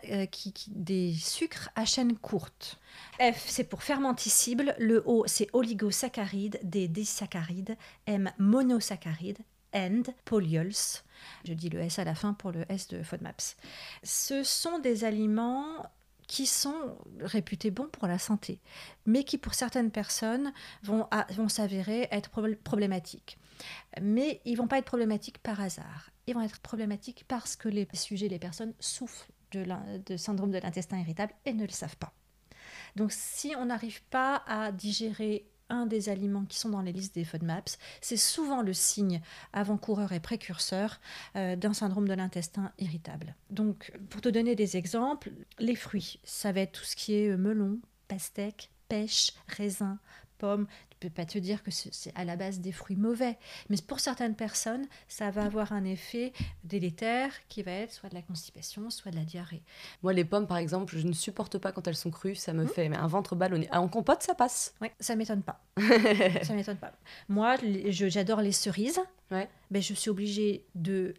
des sucres à chaîne courte. F, c'est pour fermenticible. Le O, c'est oligosaccharides. D, disaccharides. M, monosaccharides. N, polyols. Je dis le S à la fin pour le S de FODMAPs. Ce sont des aliments qui sont réputés bons pour la santé, mais qui pour certaines personnes vont s'avérer être problématiques. Mais ils ne vont pas être problématiques par hasard. Ils vont être problématiques parce que les personnes souffrent de syndrome de l'intestin irritable et ne le savent pas. Donc si on n'arrive pas à digérer un des aliments qui sont dans les listes des FODMAPs, c'est souvent le signe avant-coureur et précurseur d'un syndrome de l'intestin irritable. Donc, pour te donner des exemples, les fruits, ça va être tout ce qui est melon, pastèque, pêche, raisin, pomme. Je ne peux pas te dire que c'est à la base des fruits mauvais, mais pour certaines personnes, ça va avoir un effet délétère qui va être soit de la constipation, soit de la diarrhée. Moi, les pommes, par exemple, je ne supporte pas quand elles sont crues, ça me fait un ventre ballonné. En compote, ça passe. Oui, ça ne m'étonne pas. Ça m'étonne pas. Moi, j'adore les cerises. Ouais. Ben, je suis obligée de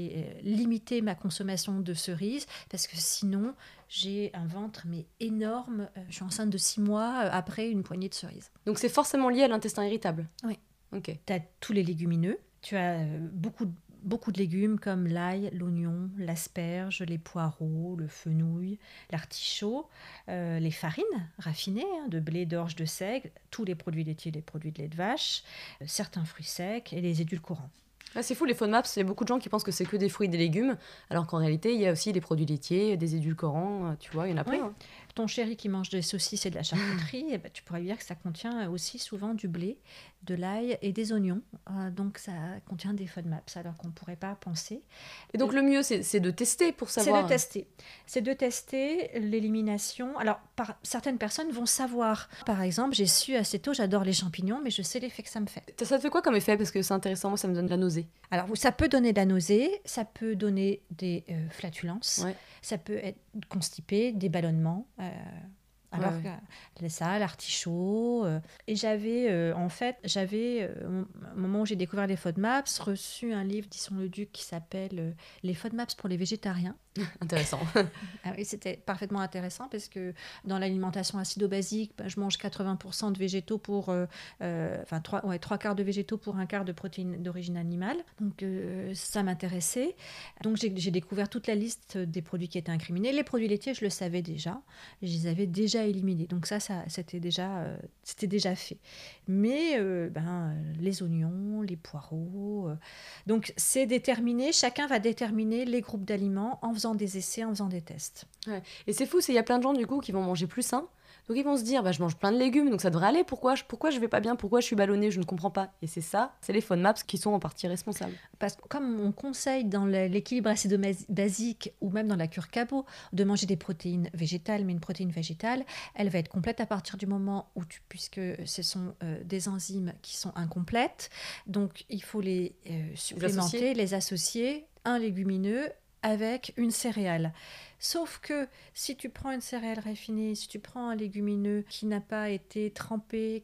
limiter ma consommation de cerises parce que sinon, j'ai un ventre énorme. Je suis enceinte de 6 mois après une poignée de cerises. Donc, c'est forcément lié à l'intestin irritable. Oui. Ok. Tu as tous les légumineux. Tu as beaucoup de légumes comme l'ail, l'oignon, l'asperge, les poireaux, le fenouil, l'artichaut, les farines raffinées, de blé, d'orge, de seigle, tous les produits laitiers, les produits de lait de vache, certains fruits secs et les édulcorants. Ah, c'est fou, les FODMAPs, il y a beaucoup de gens qui pensent que c'est que des fruits et des légumes, alors qu'en réalité, il y a aussi des produits laitiers, des édulcorants, tu vois, il y en a plein. Oui. Ton chéri qui mange des saucisses et de la charcuterie, eh ben, tu pourrais dire que ça contient aussi souvent du blé, de l'ail et des oignons. Donc ça contient des FODMAPs, alors qu'on ne pourrait pas penser. Et donc le mieux, c'est de tester pour savoir. C'est de tester l'élimination. Alors certaines personnes vont savoir. Par exemple, j'ai su assez tôt, j'adore les champignons, mais je sais l'effet que ça me fait. Ça te fait quoi comme effet ? Parce que c'est intéressant, moi ça me donne de la nausée. Alors ça peut donner de la nausée, ça peut donner des flatulences, ça peut être constipé, des ballonnements. Alors que ça, l'artichaut. Et j'avais, au moment où j'ai découvert les FODMAPs, reçu un livre d'Isson-le Duc qui s'appelle Les FODMAPs pour les végétariens. Intéressant. Ah oui, c'était parfaitement intéressant parce que dans l'alimentation acido-basique, je mange 80% de végétaux pour... 3/4 de végétaux pour 1/4 de protéines d'origine animale. Donc ça m'intéressait. Donc j'ai découvert toute la liste des produits qui étaient incriminés. Les produits laitiers, je le savais déjà. Je les avais déjà éliminés. Donc ça c'était déjà fait. Mais les oignons, les poireaux... donc c'est déterminé. Chacun va déterminer les groupes d'aliments en faisant des essais, en faisant des tests. Ouais. Et c'est fou, il y a plein de gens du coup qui vont manger plus sain. Donc ils vont se dire, je mange plein de légumes, donc ça devrait aller. Pourquoi je vais pas bien ? Pourquoi je suis ballonnée ? Je ne comprends pas. Et c'est les FODMAPs qui sont en partie responsables. Parce que comme on conseille dans l'équilibre acido-basique ou même dans la cure Cabot de manger des protéines végétales, mais une protéine végétale, elle va être complète à partir du moment où puisque ce sont des enzymes qui sont incomplètes, donc il faut les supplémenter, les associer, un légumineux avec une céréale. Sauf que si tu prends une céréale raffinée, si tu prends un légumineux qui n'a pas été trempé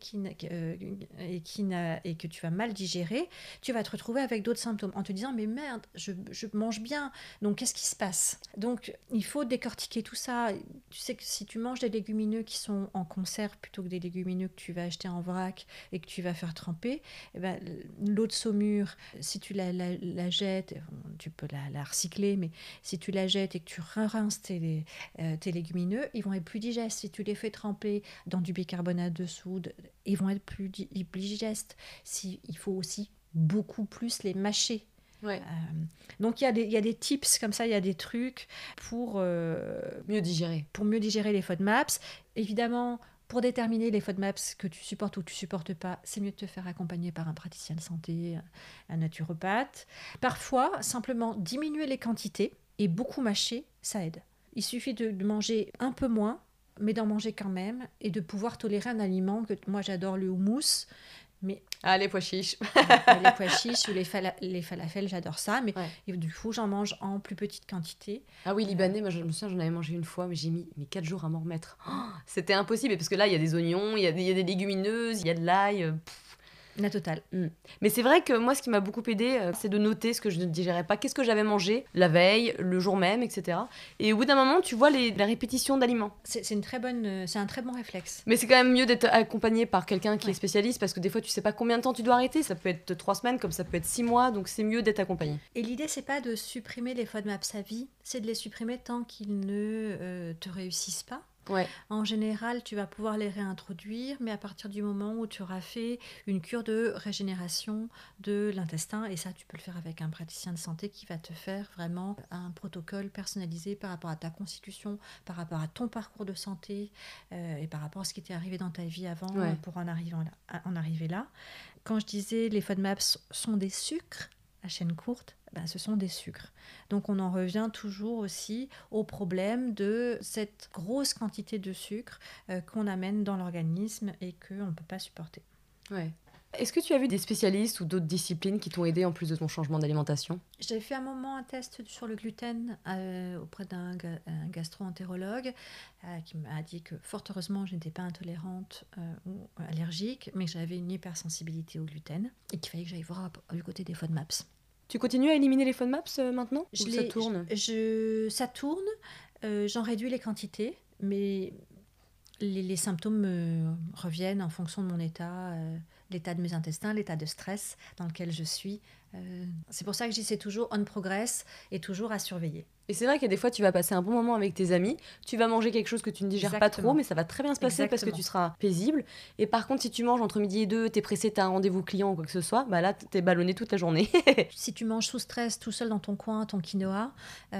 et que tu vas mal digérer, tu vas te retrouver avec d'autres symptômes en te disant mais merde, je mange bien, donc qu'est-ce qui se passe? Donc il faut décortiquer tout ça. Tu sais que si tu manges des légumineux qui sont en conserve plutôt que des légumineux que tu vas acheter en vrac et que tu vas faire tremper, eh ben, l'eau de saumure, si tu la jettes, tu peux la recycler, mais si tu la jettes et que tu rinces tes légumineux, ils vont être plus digestes. Si tu les fais tremper dans du bicarbonate de soude, ils vont être plus digestes. Il faut aussi beaucoup plus les mâcher. Ouais. Donc il y a des tips comme ça, il y a des trucs pour mieux digérer. Pour mieux digérer les FODMAPs. Évidemment, pour déterminer les FODMAPs que tu supportes ou que tu supportes pas, c'est mieux de te faire accompagner par un praticien de santé, un naturopathe. Parfois, simplement diminuer les quantités et beaucoup mâcher, ça aide. Il suffit de manger un peu moins, mais d'en manger quand même, et de pouvoir tolérer un aliment que moi j'adore, le houmous. Mais les pois chiches. les pois chiches ou les falafels, j'adore ça, mais du coup j'en mange en plus petite quantité. Ah oui, libanais, moi je me souviens, j'en avais mangé une fois, mais j'ai mis 4 jours à m'en remettre. C'était impossible, parce que là il y a des oignons, il y a des légumineuses, il y a de l'ail. La totale. Mais c'est vrai que moi, ce qui m'a beaucoup aidé, c'est de noter ce que je ne digérais pas, qu'est-ce que j'avais mangé la veille, le jour même, etc. Et au bout d'un moment, tu vois la répétition d'aliments. C'est un très bon réflexe. Mais c'est quand même mieux d'être accompagné par quelqu'un qui est spécialiste, parce que des fois, tu sais pas combien de temps tu dois arrêter. Ça peut être 3 semaines, comme ça peut être 6 mois, donc c'est mieux d'être accompagné. Et l'idée, c'est pas de supprimer les FODMAPs à vie, c'est de les supprimer tant qu'ils ne te réussissent pas. Ouais. En général, tu vas pouvoir les réintroduire, mais à partir du moment où tu auras fait une cure de régénération de l'intestin, et ça, tu peux le faire avec un praticien de santé qui va te faire vraiment un protocole personnalisé par rapport à ta constitution, par rapport à ton parcours de santé et par rapport à ce qui t'est arrivé dans ta vie avant pour en arriver là. Quand je disais les FODMAPs sont des sucres à chaîne courte, ce sont des sucres. Donc on en revient toujours aussi au problème de cette grosse quantité de sucre qu'on amène dans l'organisme et qu'on ne peut pas supporter. Ouais. Est-ce que tu as vu des spécialistes ou d'autres disciplines qui t'ont aidé en plus de ton changement d'alimentation ? J'avais fait un moment un test sur le gluten auprès d'un gastro-entérologue qui m'a dit que fort heureusement je n'étais pas intolérante ou allergique, mais que j'avais une hypersensibilité au gluten et qu'il fallait que j'aille voir du côté des FODMAPs. Tu continues à éliminer les FODMAPs maintenant ? Ça tourne ? Ça tourne, j'en réduis les quantités, mais les symptômes reviennent en fonction de mon état, l'état de mes intestins, l'état de stress dans lequel je suis. C'est pour ça que je dis c'est toujours on progress et toujours à surveiller. Et c'est vrai qu'il y a des fois, tu vas passer un bon moment avec tes amis, tu vas manger quelque chose que tu ne digères pas trop, mais ça va très bien se passer parce que tu seras paisible. Et par contre, si tu manges entre midi et 2, t'es pressé, t'as un rendez-vous client ou quoi que ce soit, là, t'es ballonné toute la journée. Si tu manges sous stress, tout seul dans ton coin, ton quinoa,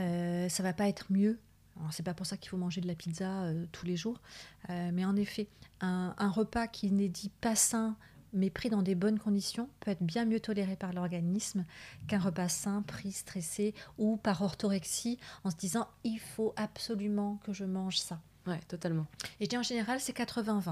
ça va pas être mieux. Alors, c'est pas pour ça qu'il faut manger de la pizza tous les jours. Mais en effet, un repas qui n'est dit pas sain, mais pris dans des bonnes conditions, peut être bien mieux toléré par l'organisme qu'un repas sain, pris stressé ou par orthorexie, en se disant « il faut absolument que je mange ça ». Ouais, totalement. Et je dis en général, c'est 80-20.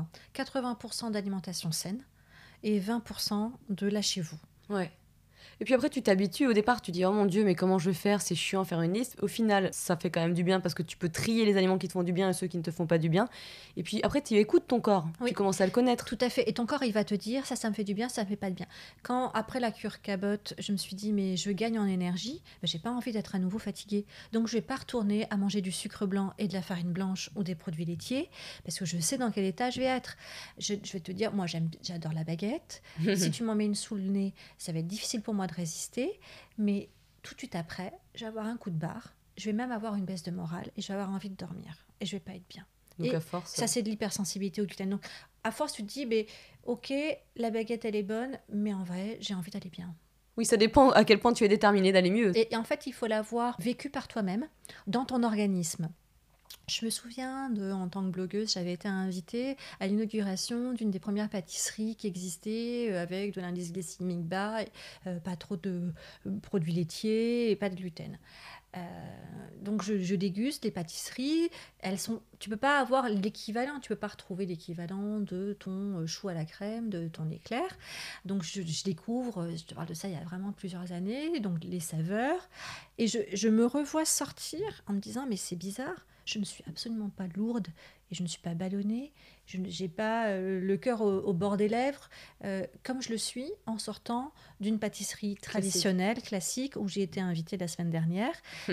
80% d'alimentation saine et 20% de lâchez-vous. Ouais. Et puis après, tu t'habitues. Au départ, tu dis « Oh mon Dieu, mais comment je vais faire ? C'est chiant faire une liste. » Au final, ça fait quand même du bien parce que tu peux trier les aliments qui te font du bien et ceux qui ne te font pas du bien. Et puis après, tu écoutes ton corps. Oui. Tu commences à le connaître. Tout à fait. Et ton corps, il va te dire « ça me fait du bien, ça me fait pas de bien ». Quand, après la cure Cabot, je me suis dit « mais je gagne en énergie, j'ai pas envie d'être à nouveau fatiguée. Donc je vais pas retourner à manger du sucre blanc et de la farine blanche ou des produits laitiers parce que je sais dans quel état je vais être. Je vais te dire, moi j'adore la baguette. Si tu m'en mets une sous le nez, ça va être difficile pour moi de résister. Mais tout de suite après, je vais avoir un coup de barre, je vais même avoir une baisse de morale et je vais avoir envie de dormir et je vais pas être bien. Donc et à force, ça c'est de l'hypersensibilité au gluten. Donc à force tu te dis, ok, la baguette elle est bonne, mais en vrai j'ai envie d'aller bien. Oui, ça dépend à quel point tu es déterminé d'aller mieux. Et en fait il faut l'avoir vécu par toi-même, dans ton organisme. Je me souviens, en tant que blogueuse, j'avais été invitée à l'inauguration d'une des premières pâtisseries qui existait avec de l'indice glycémique bas, pas trop de produits laitiers et pas de gluten. Donc je déguste des pâtisseries. Tu peux pas avoir l'équivalent, tu peux pas retrouver l'équivalent de ton chou à la crème, de ton éclair. Donc je découvre, je te parle de ça il y a vraiment plusieurs années, donc les saveurs. Et je me revois sortir en me disant mais c'est bizarre, je ne suis absolument pas lourde et je ne suis pas ballonnée, je n'ai pas le cœur au bord des lèvres, comme je le suis en sortant d'une pâtisserie traditionnelle, classique, où j'ai été invitée la semaine dernière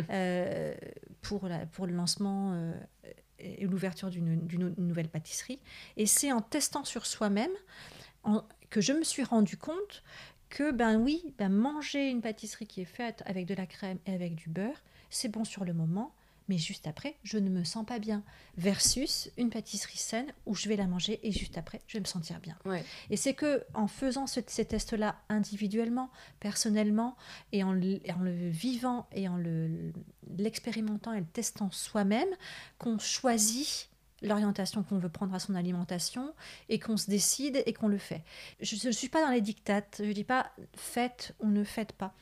pour le lancement et l'ouverture d'une nouvelle pâtisserie. Et c'est en testant sur soi-même que je me suis rendu compte que manger une pâtisserie qui est faite avec de la crème et avec du beurre, c'est bon sur le moment, mais juste après, je ne me sens pas bien. Versus une pâtisserie saine où je vais la manger et juste après, je vais me sentir bien. Ouais. Et c'est qu'en faisant ces tests-là individuellement, personnellement, et en le vivant et en l'expérimentant et le testant soi-même, qu'on choisit l'orientation qu'on veut prendre à son alimentation et qu'on se décide et qu'on le fait. Je ne suis pas dans les dictates, je ne dis pas faites ou ne faites pas.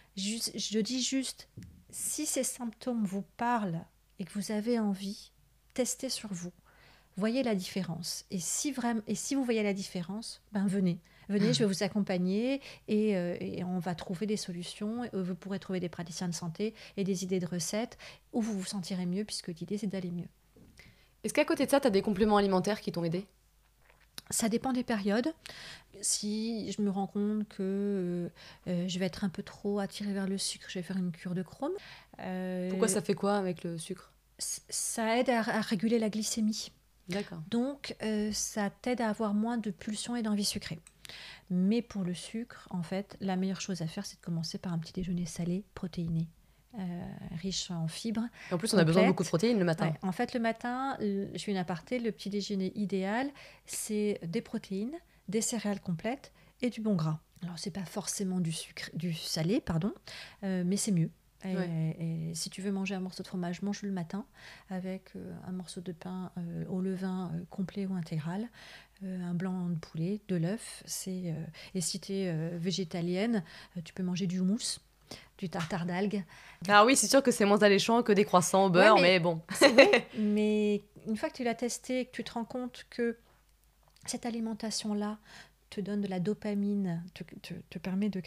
Je dis juste, si ces symptômes vous parlent et que vous avez envie, testez sur vous. Voyez la différence. Et si vous voyez la différence, venez. Venez, je vais vous accompagner et on va trouver des solutions. Vous pourrez trouver des praticiens de santé et des idées de recettes où vous vous sentirez mieux, puisque l'idée, c'est d'aller mieux. Est-ce qu'à côté de ça, tu as des compléments alimentaires qui t'ont aidé ? Ça dépend des périodes. Si je me rends compte que je vais être un peu trop attirée vers le sucre, je vais faire une cure de chrome. Pourquoi ça fait quoi avec le sucre ? Ça aide à réguler la glycémie. D'accord. Donc, ça t'aide à avoir moins de pulsions et d'envie sucrée. Mais pour le sucre, en fait, la meilleure chose à faire, c'est de commencer par un petit déjeuner salé, protéiné, riche en fibres. Et en plus, on a besoin de beaucoup de protéines le matin. Ouais. En fait, le matin, je fais une aparté, le petit déjeuner idéal, c'est des protéines, des céréales complètes et du bon gras. Alors, c'est pas forcément du salé, mais c'est mieux. Et si tu veux manger un morceau de fromage, mange-le le matin avec un morceau de pain au levain complet ou intégral, un blanc de poulet, de l'œuf. Et si tu es végétalienne, tu peux manger du houmous, du tartare d'algues. Ah oui, c'est sûr que c'est moins alléchant que des croissants au beurre, mais bon. C'est vrai, mais une fois que tu l'as testé et que tu te rends compte que cette alimentation-là te donne de la dopamine, te permet de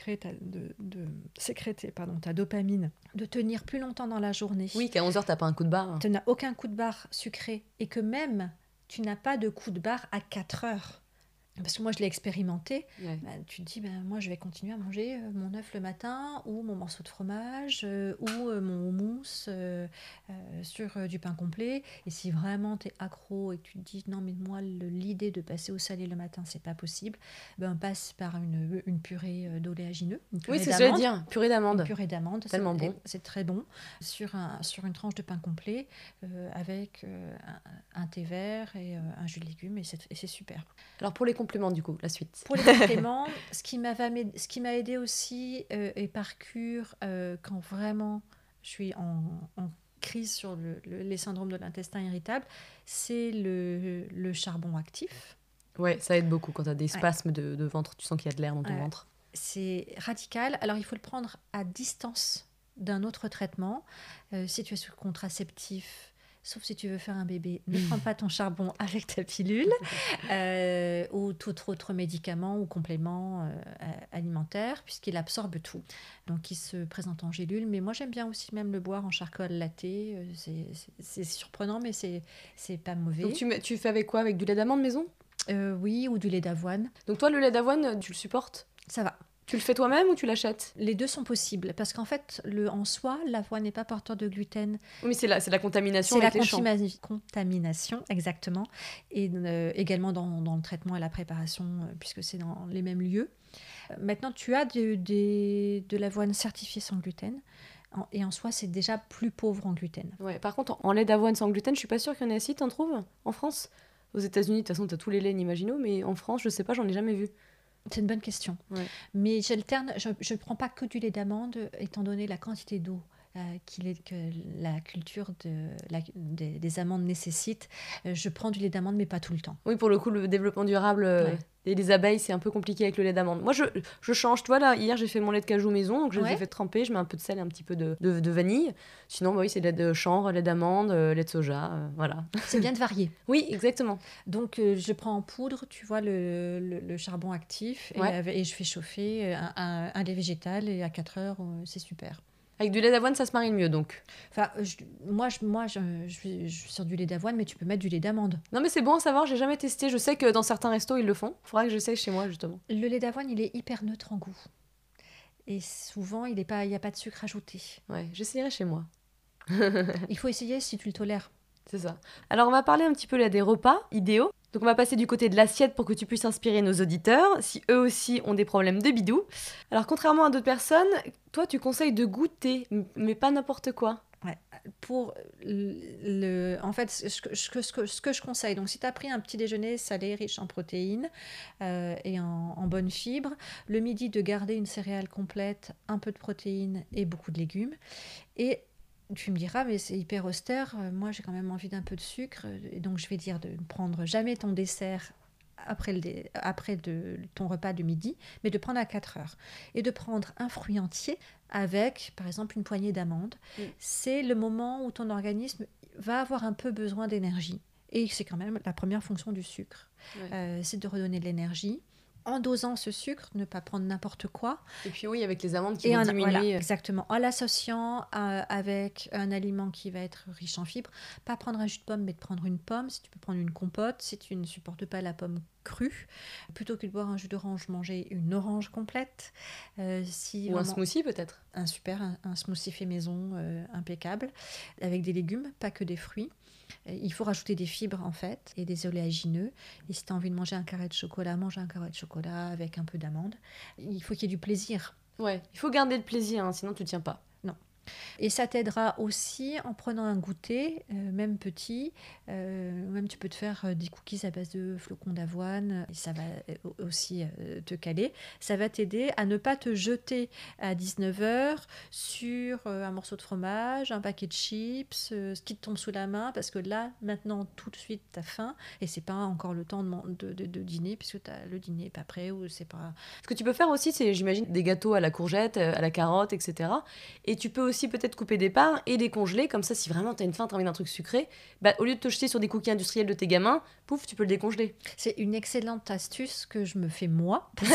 sécréter ta dopamine, de tenir plus longtemps dans la journée. Oui, qu'à 11h, tu n'as pas un coup de barre. Tu n'as aucun coup de barre sucré et que même tu n'as pas de coup de barre à 4 heures. Parce que moi, je l'ai expérimenté. Ouais. Tu te dis, moi, je vais continuer à manger mon œuf le matin ou mon morceau de fromage ou mon houmous sur du pain complet. Et si vraiment tu es accro et que tu te dis, non, mais moi, l'idée de passer au salé le matin, c'est pas possible, on passe par une purée d'oléagineux. Oui, c'est ce que je veux dire, purée d'amande. Une purée d'amande, tellement bon. C'est très bon. Sur une tranche de pain complet avec un thé vert et un jus de légumes, et c'est super. Alors pour les compléments, du coup, la suite. Pour les compléments, ce qui m'a aidé aussi, et par cure, quand vraiment je suis en crise sur les syndromes de l'intestin irritable, c'est le charbon actif. Ouais, ça aide beaucoup quand tu as des spasmes de ventre, tu sens qu'il y a de l'air dans ton ventre. C'est radical. Alors il faut le prendre à distance d'un autre traitement. Si tu es sous contraceptif, sauf si tu veux faire un bébé, ne prends pas ton charbon avec ta pilule ou tout autre médicament ou complément alimentaire, puisqu'il absorbe tout. Donc, il se présente en gélule. Mais moi, j'aime bien aussi même le boire en charcoal latte. C'est surprenant, mais c'est pas mauvais. Donc, tu fais avec quoi ? Avec du lait d'amande maison ? Oui, ou du lait d'avoine. Donc, toi, le lait d'avoine, tu le supportes ? Ça va. Tu le fais toi-même ou tu l'achètes ? Les deux sont possibles, parce qu'en fait, en soi, l'avoine n'est pas porteur de gluten. Oui, mais c'est la contamination avec les champs. C'est la contamination, exactement. Et également dans le traitement et la préparation, puisque c'est dans les mêmes lieux. Maintenant, tu as de l'avoine certifiée sans gluten. Et en soi, c'est déjà plus pauvre en gluten. Ouais, par contre, en lait d'avoine sans gluten, je suis pas sûre qu'il y en ait assez, t'en trouves en France ? Aux États-Unis, de toute façon, t'as tous les laits inimaginaux, mais en France, je sais pas, j'en ai jamais vu. C'est une bonne question. Ouais. Mais j'alterne, je ne prends pas que du lait d'amande, étant donné la quantité d'eau. que la culture des amandes nécessite. Je prends du lait d'amande, mais pas tout le temps. Oui, pour le coup, le développement durable et les abeilles, c'est un peu compliqué avec le lait d'amande. Moi, je change. Tu vois, là, hier, j'ai fait mon lait de cajou maison, donc je l'ai fait tremper. Je mets un peu de sel et un petit peu de vanille. Sinon, oui, c'est lait de chanvre, lait d'amande, lait de soja, voilà. C'est bien de varier. Oui, exactement. Donc, je prends en poudre, tu vois, le charbon actif et je fais chauffer un lait végétal et à 4 heures, c'est super. Avec du lait d'avoine, ça se marie mieux, donc. Enfin, moi, je suis sur du lait d'avoine, mais tu peux mettre du lait d'amande. Non, mais c'est bon à savoir, j'ai jamais testé. Je sais que dans certains restos, ils le font. Faudra que j'essaye chez moi, justement. Le lait d'avoine, il est hyper neutre en goût. Et souvent, il n'y a pas de sucre ajouté. Ouais, j'essayerai chez moi. Il faut essayer si tu le tolères. C'est ça. Alors, on va parler un petit peu là des repas idéaux. Donc, on va passer du côté de l'assiette pour que tu puisses inspirer nos auditeurs, si eux aussi ont des problèmes de bidou. Alors, contrairement à d'autres personnes, toi, tu conseilles de goûter, mais pas n'importe quoi. Ouais. Pour en fait, ce que je conseille, donc si tu as pris un petit déjeuner salé, riche en protéines et en bonnes fibres, le midi, de garder une céréale complète, un peu de protéines et beaucoup de légumes. Et tu me diras, mais c'est hyper austère, moi j'ai quand même envie d'un peu de sucre, et donc je vais dire de ne prendre jamais ton dessert après ton repas de midi, mais de prendre à 4 heures. Et de prendre un fruit entier avec, par exemple, une poignée d'amandes. C'est le moment où ton organisme va avoir un peu besoin d'énergie. Et c'est quand même la première fonction du sucre. C'est de redonner de l'énergie. En dosant ce sucre, ne pas prendre n'importe quoi. Et puis oui, avec les amandes qui vont diminuer. Voilà, exactement. En l'associant avec un aliment qui va être riche en fibres. Pas prendre un jus de pomme, mais de prendre une pomme. Si tu peux prendre une compote, si tu ne supportes pas la pomme crue. Plutôt que de boire un jus d'orange, manger une orange complète. Ou un smoothie peut-être. Un smoothie fait maison impeccable. Avec des légumes, pas que des fruits. Il faut rajouter des fibres en fait et des oléagineux. Et si tu as envie de manger un carré de chocolat, mange un carré de chocolat avec un peu d'amande. Il faut qu'il y ait du plaisir. Ouais, il faut garder le plaisir, sinon tu tiens pas. Non. Et ça t'aidera aussi en prenant un goûter, même petit. Même tu peux te faire des cookies à base de flocons d'avoine. Et ça va aussi te caler. Ça va t'aider à ne pas te jeter à 19h sur un morceau de fromage, un paquet de chips, ce qui te tombe sous la main. Parce que là, maintenant, tout de suite, tu as faim. Et c'est pas encore le temps de dîner, puisque le dîner n'est pas prêt. Ou c'est pas... Ce que tu peux faire aussi, c'est, j'imagine, des gâteaux à la courgette, à la carotte, etc. Et tu peux aussi peut-être couper des parts et les congeler, comme ça si vraiment t'as une faim, t'as envie d'un truc sucré, au lieu de te jeter sur des cookies industriels de tes gamins, pouf, tu peux le décongeler. C'est une excellente astuce que je me fais moi, parce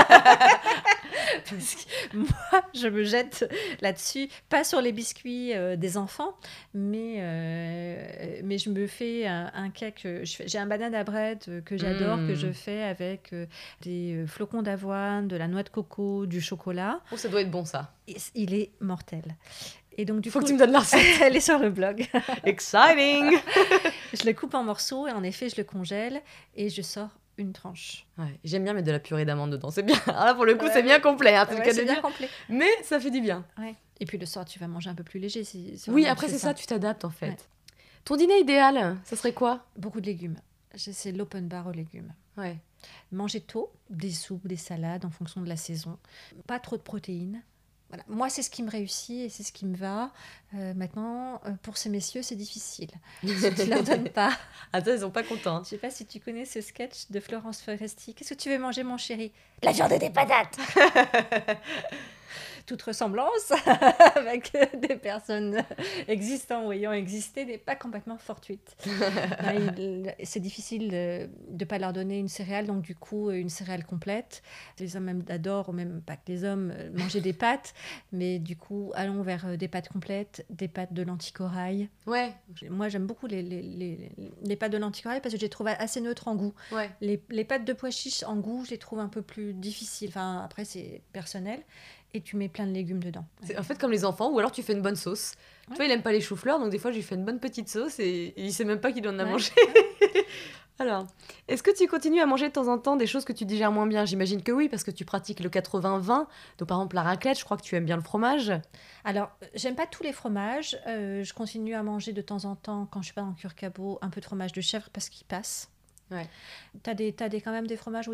que moi je me jette là-dessus, pas sur les biscuits des enfants, mais je me fais un cake, j'ai un banana bread que j'adore, que je fais avec des flocons d'avoine, de la noix de coco, du chocolat. Oh, ça doit être bon ça. Il est mortel. Et donc, du Faut coup, que tu me donnes la recette. Elle est sur le blog. Exciting. Je le coupe en morceaux et en effet, je le congèle et je sors une tranche. Ouais, j'aime bien mettre de la purée d'amande dedans, c'est bien. Alors là, pour le coup, c'est bien complet. Hein, c'est bien complet. Mais ça fait du bien. Ouais. Et puis le soir, tu vas manger un peu plus léger. Oui, après, c'est ça, tu t'adaptes en fait. Ouais. Ton dîner idéal, ça serait quoi? Beaucoup de légumes. C'est l'open bar aux légumes. Ouais. Manger tôt, des soupes, des salades en fonction de la saison. Pas trop de protéines. Voilà. Moi, c'est ce qui me réussit et c'est ce qui me va. Maintenant, pour ces messieurs, c'est difficile. Si tu ne leur donnes pas... Attends, ils sont pas contents. Je ne sais pas si tu connais ce sketch de Florence Foresti. Qu'est-ce que tu veux manger, mon chéri? La viande et des patates. Toute ressemblance avec des personnes existant ou ayant existé n'est pas complètement fortuite. C'est difficile de ne pas leur donner une céréale, donc du coup, une céréale complète. Les hommes même adorent, ou même pas que les hommes, manger des pâtes, mais du coup, allons vers des pâtes complètes, des pâtes de lentilles corail. Ouais. Moi, j'aime beaucoup les pâtes de lentilles corail parce que je les trouve assez neutres en goût. Ouais. Les pâtes de pois chiches en goût, je les trouve un peu plus difficiles. Enfin, après, c'est personnel. Et tu mets plein de légumes dedans. C'est en fait comme les enfants, ou alors tu fais une bonne sauce. Ouais. Tu vois, il aime pas les choux-fleurs, donc des fois, je lui fais une bonne petite sauce et il sait même pas qu'il en a mangé. Alors, est-ce que tu continues à manger de temps en temps des choses que tu digères moins bien? J'imagine que oui, parce que tu pratiques le 80-20. Donc, par exemple, la raclette, je crois que tu aimes bien le fromage. Alors, j'aime pas tous les fromages. Je continue à manger de temps en temps, quand je suis pas dans cure cabot, un peu de fromage de chèvre parce qu'il passe. Ouais. T'as quand même des fromages où il y a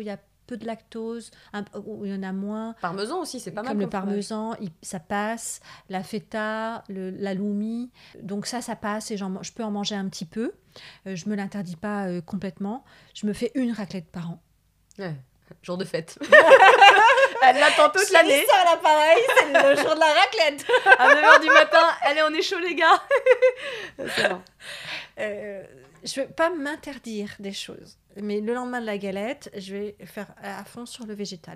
peu de lactose, ou il y en a moins. Parmesan aussi, c'est pas mal. Comme le parmesan, ça passe. La feta, l'halloumi. Donc ça passe et je peux en manger un petit peu. Je me l'interdis pas complètement. Je me fais une raclette par an. Ouais, jour de fête. Elle l'attend toute l'année. Ça, là, pareil, c'est le jour de la raclette. À 9h du matin, allez, on est chaud, les gars. C'est bon. Je ne vais pas m'interdire des choses. Mais le lendemain de la galette, je vais faire à fond sur le végétal.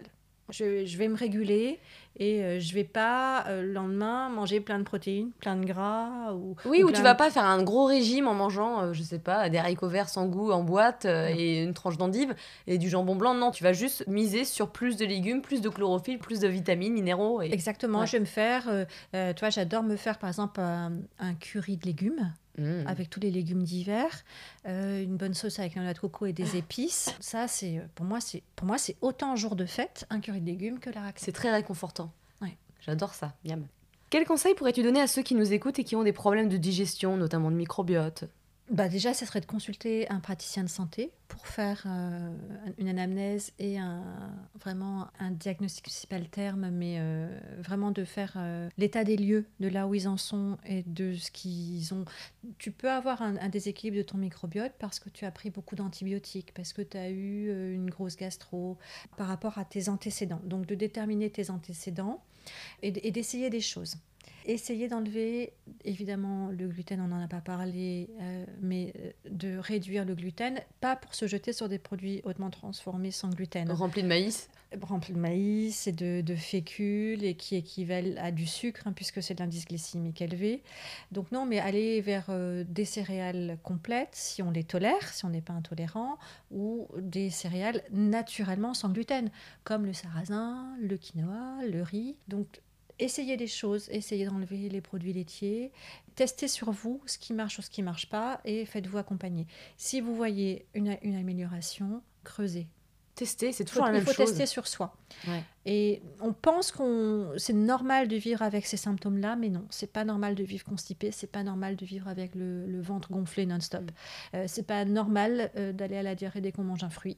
Je vais me réguler et je ne vais pas le lendemain manger plein de protéines, plein de gras. Ou tu ne vas pas faire un gros régime en mangeant, je ne sais pas, des haricots verts sans goût en boîte et une tranche d'endive et du jambon blanc. Non, tu vas juste miser sur plus de légumes, plus de chlorophylle, plus de vitamines, minéraux. Exactement, ouais. Je vais me faire, tu vois, j'adore me faire par exemple un curry de légumes. Avec tous les légumes d'hiver, une bonne sauce avec un noix de coco et des épices. Ça, pour moi, c'est autant jour de fête, un curry de légumes, que la raclette. C'est très réconfortant. Ouais. J'adore ça, miam. Quels conseils pourrais-tu donner à ceux qui nous écoutent et qui ont des problèmes de digestion, notamment de microbiote ? Déjà, ça serait de consulter un praticien de santé pour faire une anamnèse et vraiment un diagnostic, c'est pas le terme, mais vraiment de faire l'état des lieux de là où ils en sont et de ce qu'ils ont. Tu peux avoir un déséquilibre de ton microbiote parce que tu as pris beaucoup d'antibiotiques, parce que tu as eu une grosse gastro par rapport à tes antécédents. Donc, de déterminer tes antécédents et d'essayer des choses. Essayer d'enlever, évidemment, le gluten, on n'en a pas parlé, mais de réduire le gluten, pas pour se jeter sur des produits hautement transformés sans gluten. Remplis de maïs. Remplis de maïs et de fécule et qui équivalent à du sucre, puisque c'est de l'indice glycémique élevé. Donc non, mais aller vers des céréales complètes, si on les tolère, si on n'est pas intolérant, ou des céréales naturellement sans gluten, comme le sarrasin, le quinoa, le riz. Donc, essayez des choses, essayez d'enlever les produits laitiers, testez sur vous ce qui marche ou ce qui ne marche pas et faites-vous accompagner. Si vous voyez une amélioration, creusez. Tester, c'est toujours la même chose. Il faut tester sur soi. Ouais. Et on pense c'est normal de vivre avec ces symptômes-là, mais non, c'est pas normal de vivre constipé, c'est pas normal de vivre avec le ventre gonflé non-stop. C'est pas normal d'aller à la diarrhée dès qu'on mange un fruit.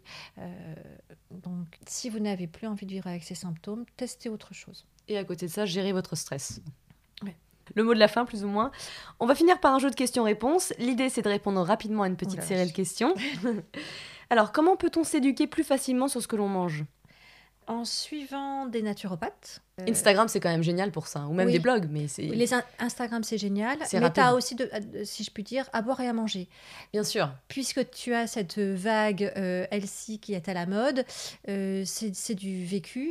Donc, si vous n'avez plus envie de vivre avec ces symptômes, testez autre chose. Et à côté de ça, gérez votre stress. Ouais. Le mot de la fin, plus ou moins. On va finir par un jeu de questions-réponses. L'idée, c'est de répondre rapidement à une petite série de questions. Alors, comment peut-on s'éduquer plus facilement sur ce que l'on mange ? En suivant des naturopathes. Instagram, c'est quand même génial pour ça, ou même des blogs. Mais c'est... Instagram, c'est génial. C'est mais tu as aussi, si je puis dire, à boire et à manger. Bien sûr. Puisque tu as cette vague Healthy qui est à la mode, c'est du vécu.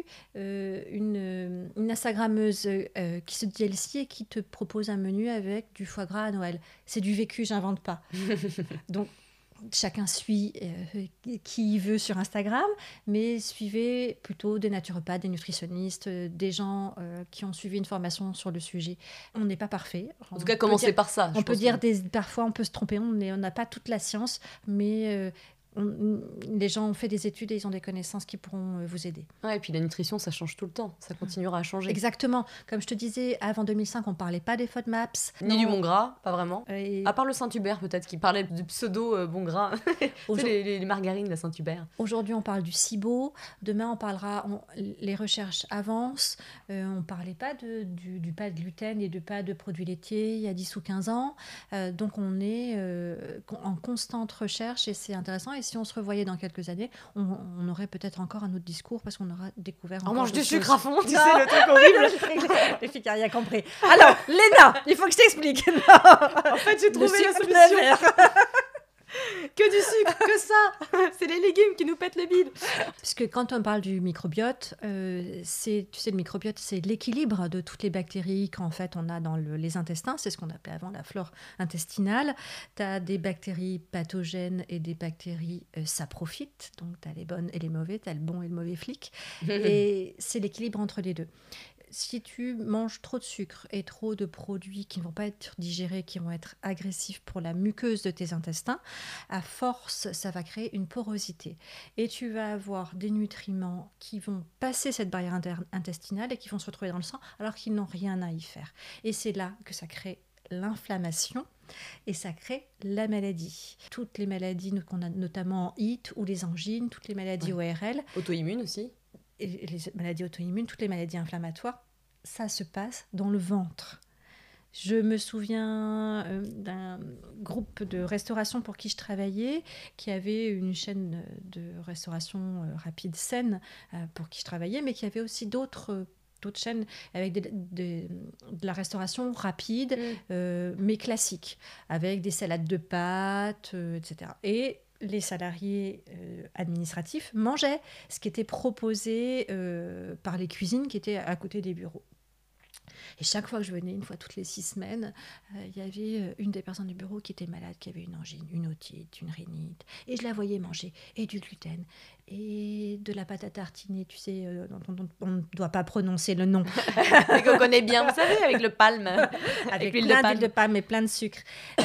Une Instagrammeuse qui se dit Healthy et qui te propose un menu avec du foie gras à Noël. C'est du vécu, j'invente pas. Donc, chacun suit qui il veut sur Instagram, mais suivez plutôt des naturopathes, des nutritionnistes, des gens qui ont suivi une formation sur le sujet. On n'est pas parfait. En tout cas, commencez par ça. On peut dire parfois on peut se tromper, on n'a pas toute la science, mais les gens ont fait des études et ils ont des connaissances qui pourront vous aider. Ouais, et puis la nutrition, ça change tout le temps. Ça continuera à changer. Exactement. Comme je te disais, avant 2005, on ne parlait pas des FODMAPs. Ni du bon gras, pas vraiment. À part le Saint-Hubert, peut-être, qui parlait du pseudo bon gras. Les margarines, la Saint-Hubert. Aujourd'hui, on parle du SIBO. Demain, on parlera... les recherches avancent. On ne parlait pas du pas de gluten et du pas de produits laitiers il y a 10 ou 15 ans. Donc, on est en constante recherche et c'est intéressant. Et si on se revoyait dans quelques années, on aurait peut-être encore un autre discours parce qu'on aura découvert encore. On mange du sucre à fond, tu sais, le truc horrible. Les filles qui n'ont rien compris. Alors, Léna, il faut que je t'explique. En fait, j'ai trouvé la solution. Que du sucre, que ça. C'est les légumes qui nous pètent les bides. Parce que quand on parle du microbiote, tu sais, le microbiote, c'est l'équilibre de toutes les bactéries qu'en fait on a dans les intestins. C'est ce qu'on appelait avant la flore intestinale. Tu as des bactéries pathogènes et des bactéries saprophytes. Donc tu as les bonnes et les mauvais, tu as le bon et le mauvais flic. Et c'est l'équilibre entre les deux. Si tu manges trop de sucre et trop de produits qui ne vont pas être digérés, qui vont être agressifs pour la muqueuse de tes intestins, à force, ça va créer une porosité. Et tu vas avoir des nutriments qui vont passer cette barrière intestinale et qui vont se retrouver dans le sang alors qu'ils n'ont rien à y faire. Et c'est là que ça crée l'inflammation et ça crée la maladie. Toutes les maladies qu'on a notamment en HIT ou les angines, toutes les maladies ORL. Auto-immunes aussi. Et les maladies auto-immunes, toutes les maladies inflammatoires, ça se passe dans le ventre. Je me souviens d'un groupe de restauration pour qui je travaillais, qui avait une chaîne de restauration rapide saine pour qui je travaillais, mais qui avait aussi d'autres chaînes avec de la restauration rapide, mais classique, avec des salades de pâtes, etc. Et les salariés administratifs mangeaient ce qui était proposé par les cuisines qui étaient à côté des bureaux. Et chaque fois que je venais, une fois toutes les 6 semaines, il y avait une des personnes du bureau qui était malade, qui avait une angine, une otite, une rhinite. Et je la voyais manger et du gluten et de la pâte à tartiner, tu sais, dont on ne doit pas prononcer le nom. Et qu'on connaît bien, vous savez, avec le palme. Avec plein d'huile de palme et plein de sucre.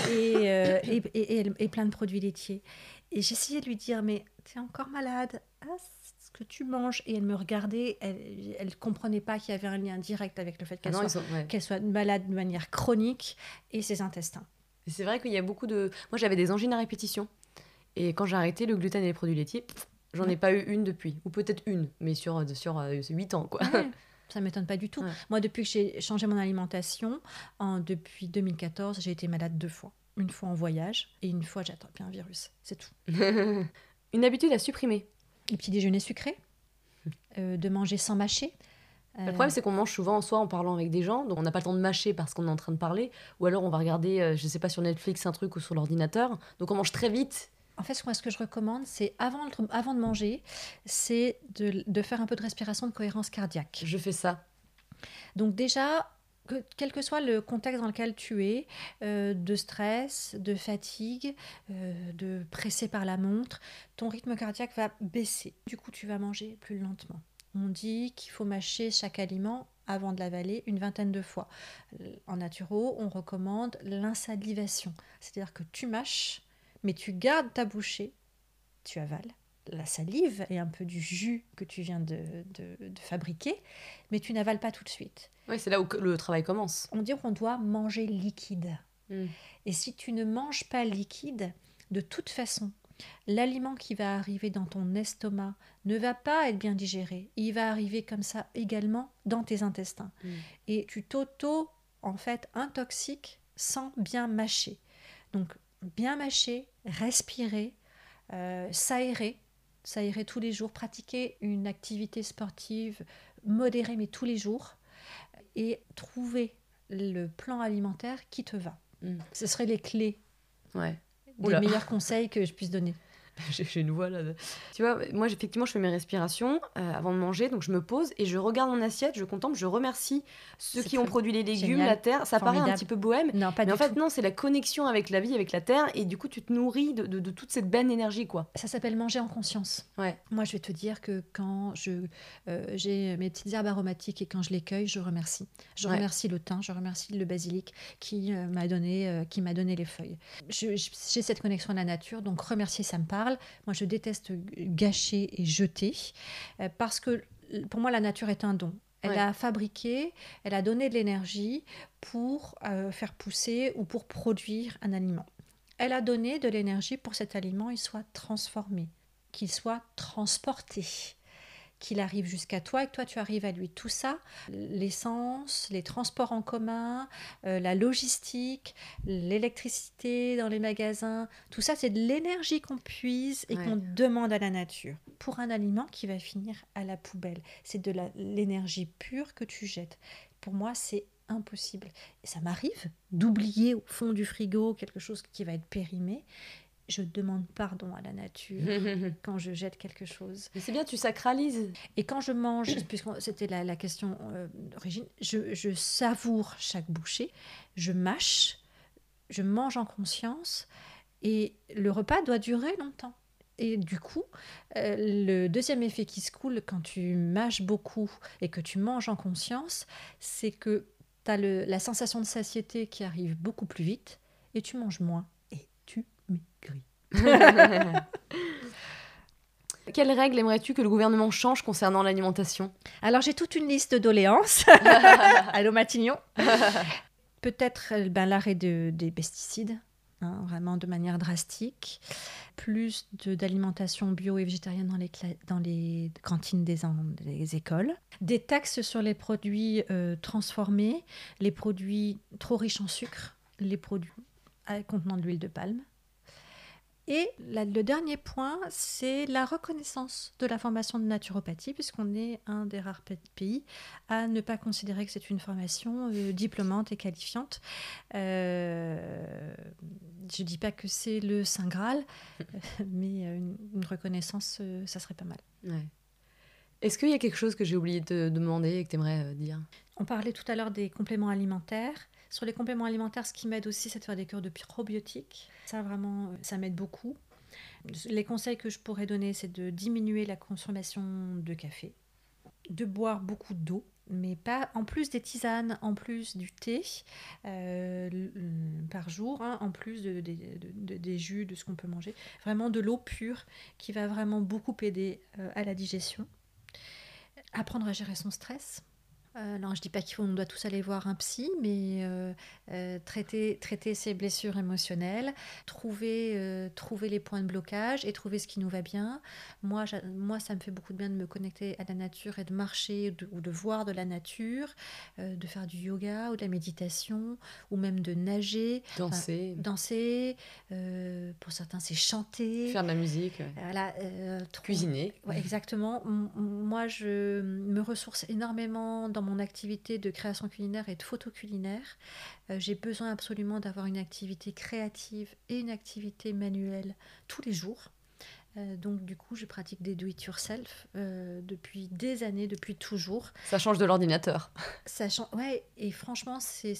Et plein de produits laitiers. Et j'essayais de lui dire, mais tu es encore malade. Ce que tu manges. Et elle me regardait, elle ne comprenait pas qu'il y avait un lien direct avec le fait qu'elle soit malade de manière chronique et ses intestins. Et c'est vrai qu'il y a beaucoup de... Moi, j'avais des angines à répétition. Et quand j'ai arrêté le gluten et les produits laitiers, j'en ai pas eu une depuis. Ou peut-être une, mais sur 8 ans, quoi. Ouais. Ça ne m'étonne pas du tout. Ouais. Moi, depuis que j'ai changé mon alimentation, depuis 2014, j'ai été malade 2 fois. Une fois en voyage et une fois j'ai attrapé un virus. C'est tout. Une habitude à supprimer. Les petits déjeuners sucrés, de manger sans mâcher. Le problème, c'est qu'on mange souvent soit en parlant avec des gens, donc on n'a pas le temps de mâcher parce qu'on est en train de parler, ou alors on va regarder, je ne sais pas, sur Netflix un truc ou sur l'ordinateur, donc on mange très vite. En fait, ce que je recommande, c'est avant de manger, c'est de faire un peu de respiration de cohérence cardiaque. Je fais ça. Donc déjà, quel que soit le contexte dans lequel tu es, de stress, de fatigue, de pressé par la montre, ton rythme cardiaque va baisser. Du coup, tu vas manger plus lentement. On dit qu'il faut mâcher chaque aliment avant de l'avaler une 20aine de fois. En naturo, on recommande l'insalivation. C'est-à-dire que tu mâches, mais tu gardes ta bouchée, tu avales la salive et un peu du jus que tu viens de fabriquer, mais tu n'avales pas tout de suite. Oui, c'est là où le travail commence. On dit qu'on doit manger liquide. Et si tu ne manges pas liquide, de toute façon, l'aliment qui va arriver dans ton estomac ne va pas être bien digéré. Il va arriver comme ça également dans tes intestins. Et tu en fait, intoxiques sans bien mâcher. Donc, bien mâcher, respirer, s'aérer tous les jours, pratiquer une activité sportive modérée, mais tous les jours, et trouver le plan alimentaire qui te va. Ce seraient les clés des meilleurs conseils que je puisse donner. J'ai une voix là. Tu vois, moi effectivement je fais mes respirations avant de manger, donc je me pose et je regarde mon assiette, je contemple, je remercie ceux qui ont produit les légumes, la terre. Ça paraît un petit peu bohème, non, pas mais en fait tout. Non, c'est la connexion avec la vie, avec la terre, et du coup tu te nourris de toute cette belle énergie, quoi. Ça s'appelle manger en conscience. Moi je vais te dire que quand j'ai mes petites herbes aromatiques et quand je les cueille, je remercie. Je remercie le thym, je remercie le basilic qui m'a donné les feuilles. J'ai cette connexion à la nature, donc remercier ça me parle. Moi, je déteste gâcher et jeter parce que pour moi, la nature est un don. Elle a fabriqué, elle a donné de l'énergie pour faire pousser ou pour produire un aliment. Elle a donné de l'énergie pour que cet aliment il soit transformé, qu'il soit transporté, qu'il arrive jusqu'à toi et que toi tu arrives à lui. Tout ça, l'essence, les transports en commun, la logistique, l'électricité dans les magasins, tout ça c'est de l'énergie qu'on puise et qu'on demande à la nature pour un aliment qui va finir à la poubelle. C'est de l'énergie pure que tu jettes. Pour moi, c'est impossible. Et ça m'arrive d'oublier au fond du frigo quelque chose qui va être périmé. Je demande pardon à la nature quand je jette quelque chose. Mais c'est bien, tu sacralises. Et quand je mange, puisque c'était la question d'origine, je savoure chaque bouchée, je mâche, je mange en conscience et le repas doit durer longtemps. Et du coup, le deuxième effet qui se coule quand tu mâches beaucoup et que tu manges en conscience, c'est que tu as la sensation de satiété qui arrive beaucoup plus vite et tu manges moins. Quelles règles aimerais-tu que le gouvernement change concernant l'alimentation ? Alors j'ai toute une liste de doléances. Allô Matignon. Peut-être l'arrêt des pesticides, hein, vraiment de manière drastique. Plus d'alimentation bio et végétarienne dans les cantines des écoles. Des taxes sur les produits transformés, les produits trop riches en sucre, les produits contenant de l'huile de palme. Et le dernier point, c'est la reconnaissance de la formation de naturopathie, puisqu'on est un des rares pays à ne pas considérer que c'est une formation diplômante et qualifiante. Je ne dis pas que c'est le Saint Graal, mais une reconnaissance, ça serait pas mal. Ouais. Est-ce qu'il y a quelque chose que j'ai oublié de te demander et que tu aimerais dire ? On parlait tout à l'heure des compléments alimentaires. Sur les compléments alimentaires, ce qui m'aide aussi, c'est de faire des cures de probiotiques. Ça, vraiment, ça m'aide beaucoup. Les conseils que je pourrais donner, c'est de diminuer la consommation de café, de boire beaucoup d'eau, mais pas en plus des tisanes, en plus du thé par jour, hein, en plus des jus, de ce qu'on peut manger. Vraiment de l'eau pure qui va vraiment beaucoup aider à la digestion. Apprendre à gérer son stress. Non, je ne dis pas qu'on doit tous aller voir un psy, mais traiter ses blessures émotionnelles, trouver les points de blocage et trouver ce qui nous va bien. Moi, ça me fait beaucoup de bien de me connecter à la nature et de marcher ou de voir de la nature, de faire du yoga ou de la méditation, ou même de nager. Danser. Pour certains, c'est chanter. Faire de la musique. Voilà, cuisiner. Ouais, exactement. Moi, je me ressource énormément dans mon activité de création culinaire et de photo culinaire. J'ai besoin absolument d'avoir une activité créative et une activité manuelle tous les jours. Donc du coup, je pratique des do-it-yourself depuis des années, depuis toujours. Ça change de l'ordinateur. Ouais, et franchement, il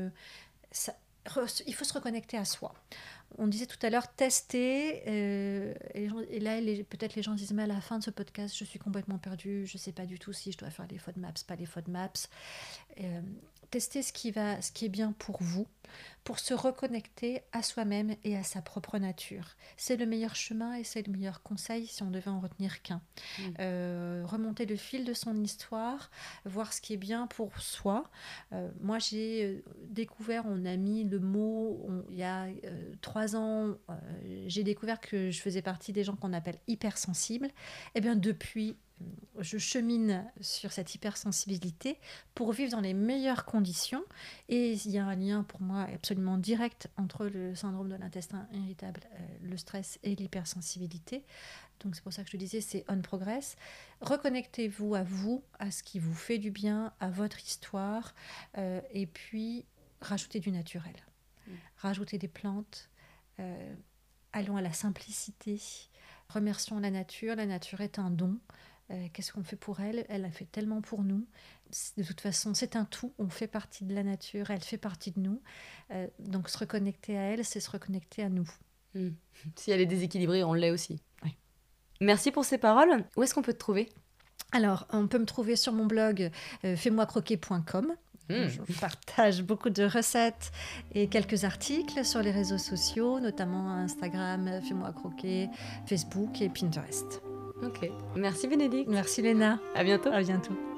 faut se reconnecter à soi. On disait tout à l'heure tester, et là peut-être les gens disent mais à la fin de ce podcast je suis complètement perdue, je ne sais pas du tout si je dois faire les FODMAPs, pas les FODMAPs. Tester ce qui est bien pour vous, pour se reconnecter à soi-même et à sa propre nature. C'est le meilleur chemin et c'est le meilleur conseil si on devait en retenir qu'un. Remonter le fil de son histoire, voir ce qui est bien pour soi. Moi, j'ai découvert, on a mis le mot, il y a 3 ans, j'ai découvert que je faisais partie des gens qu'on appelle hypersensibles. Et bien depuis, je chemine sur cette hypersensibilité pour vivre dans les meilleures conditions, et il y a un lien pour moi absolument direct entre le syndrome de l'intestin irritable, le stress et l'hypersensibilité. Donc c'est pour ça que je disais, c'est on progress. Reconnectez-vous, à ce qui vous fait du bien, à votre histoire, et puis rajoutez du naturel, rajoutez des plantes, allons à la simplicité, remercions la nature est un don. Qu'est-ce qu'on fait pour elle? Elle a fait tellement pour nous. De toute façon, c'est un tout. On fait partie de la nature, elle fait partie de nous. Donc se reconnecter à elle, c'est se reconnecter à nous. Si elle est déséquilibrée, on l'est aussi. Oui. Merci pour ces paroles. Où est-ce qu'on peut te trouver? Alors, on peut me trouver sur mon blog faitmoicroquer.com. Je partage beaucoup de recettes et quelques articles sur les réseaux sociaux, notamment Instagram, Fais-moi croquer, Facebook et Pinterest. Ok. Merci Bénédicte. Merci Léna. À bientôt. À bientôt.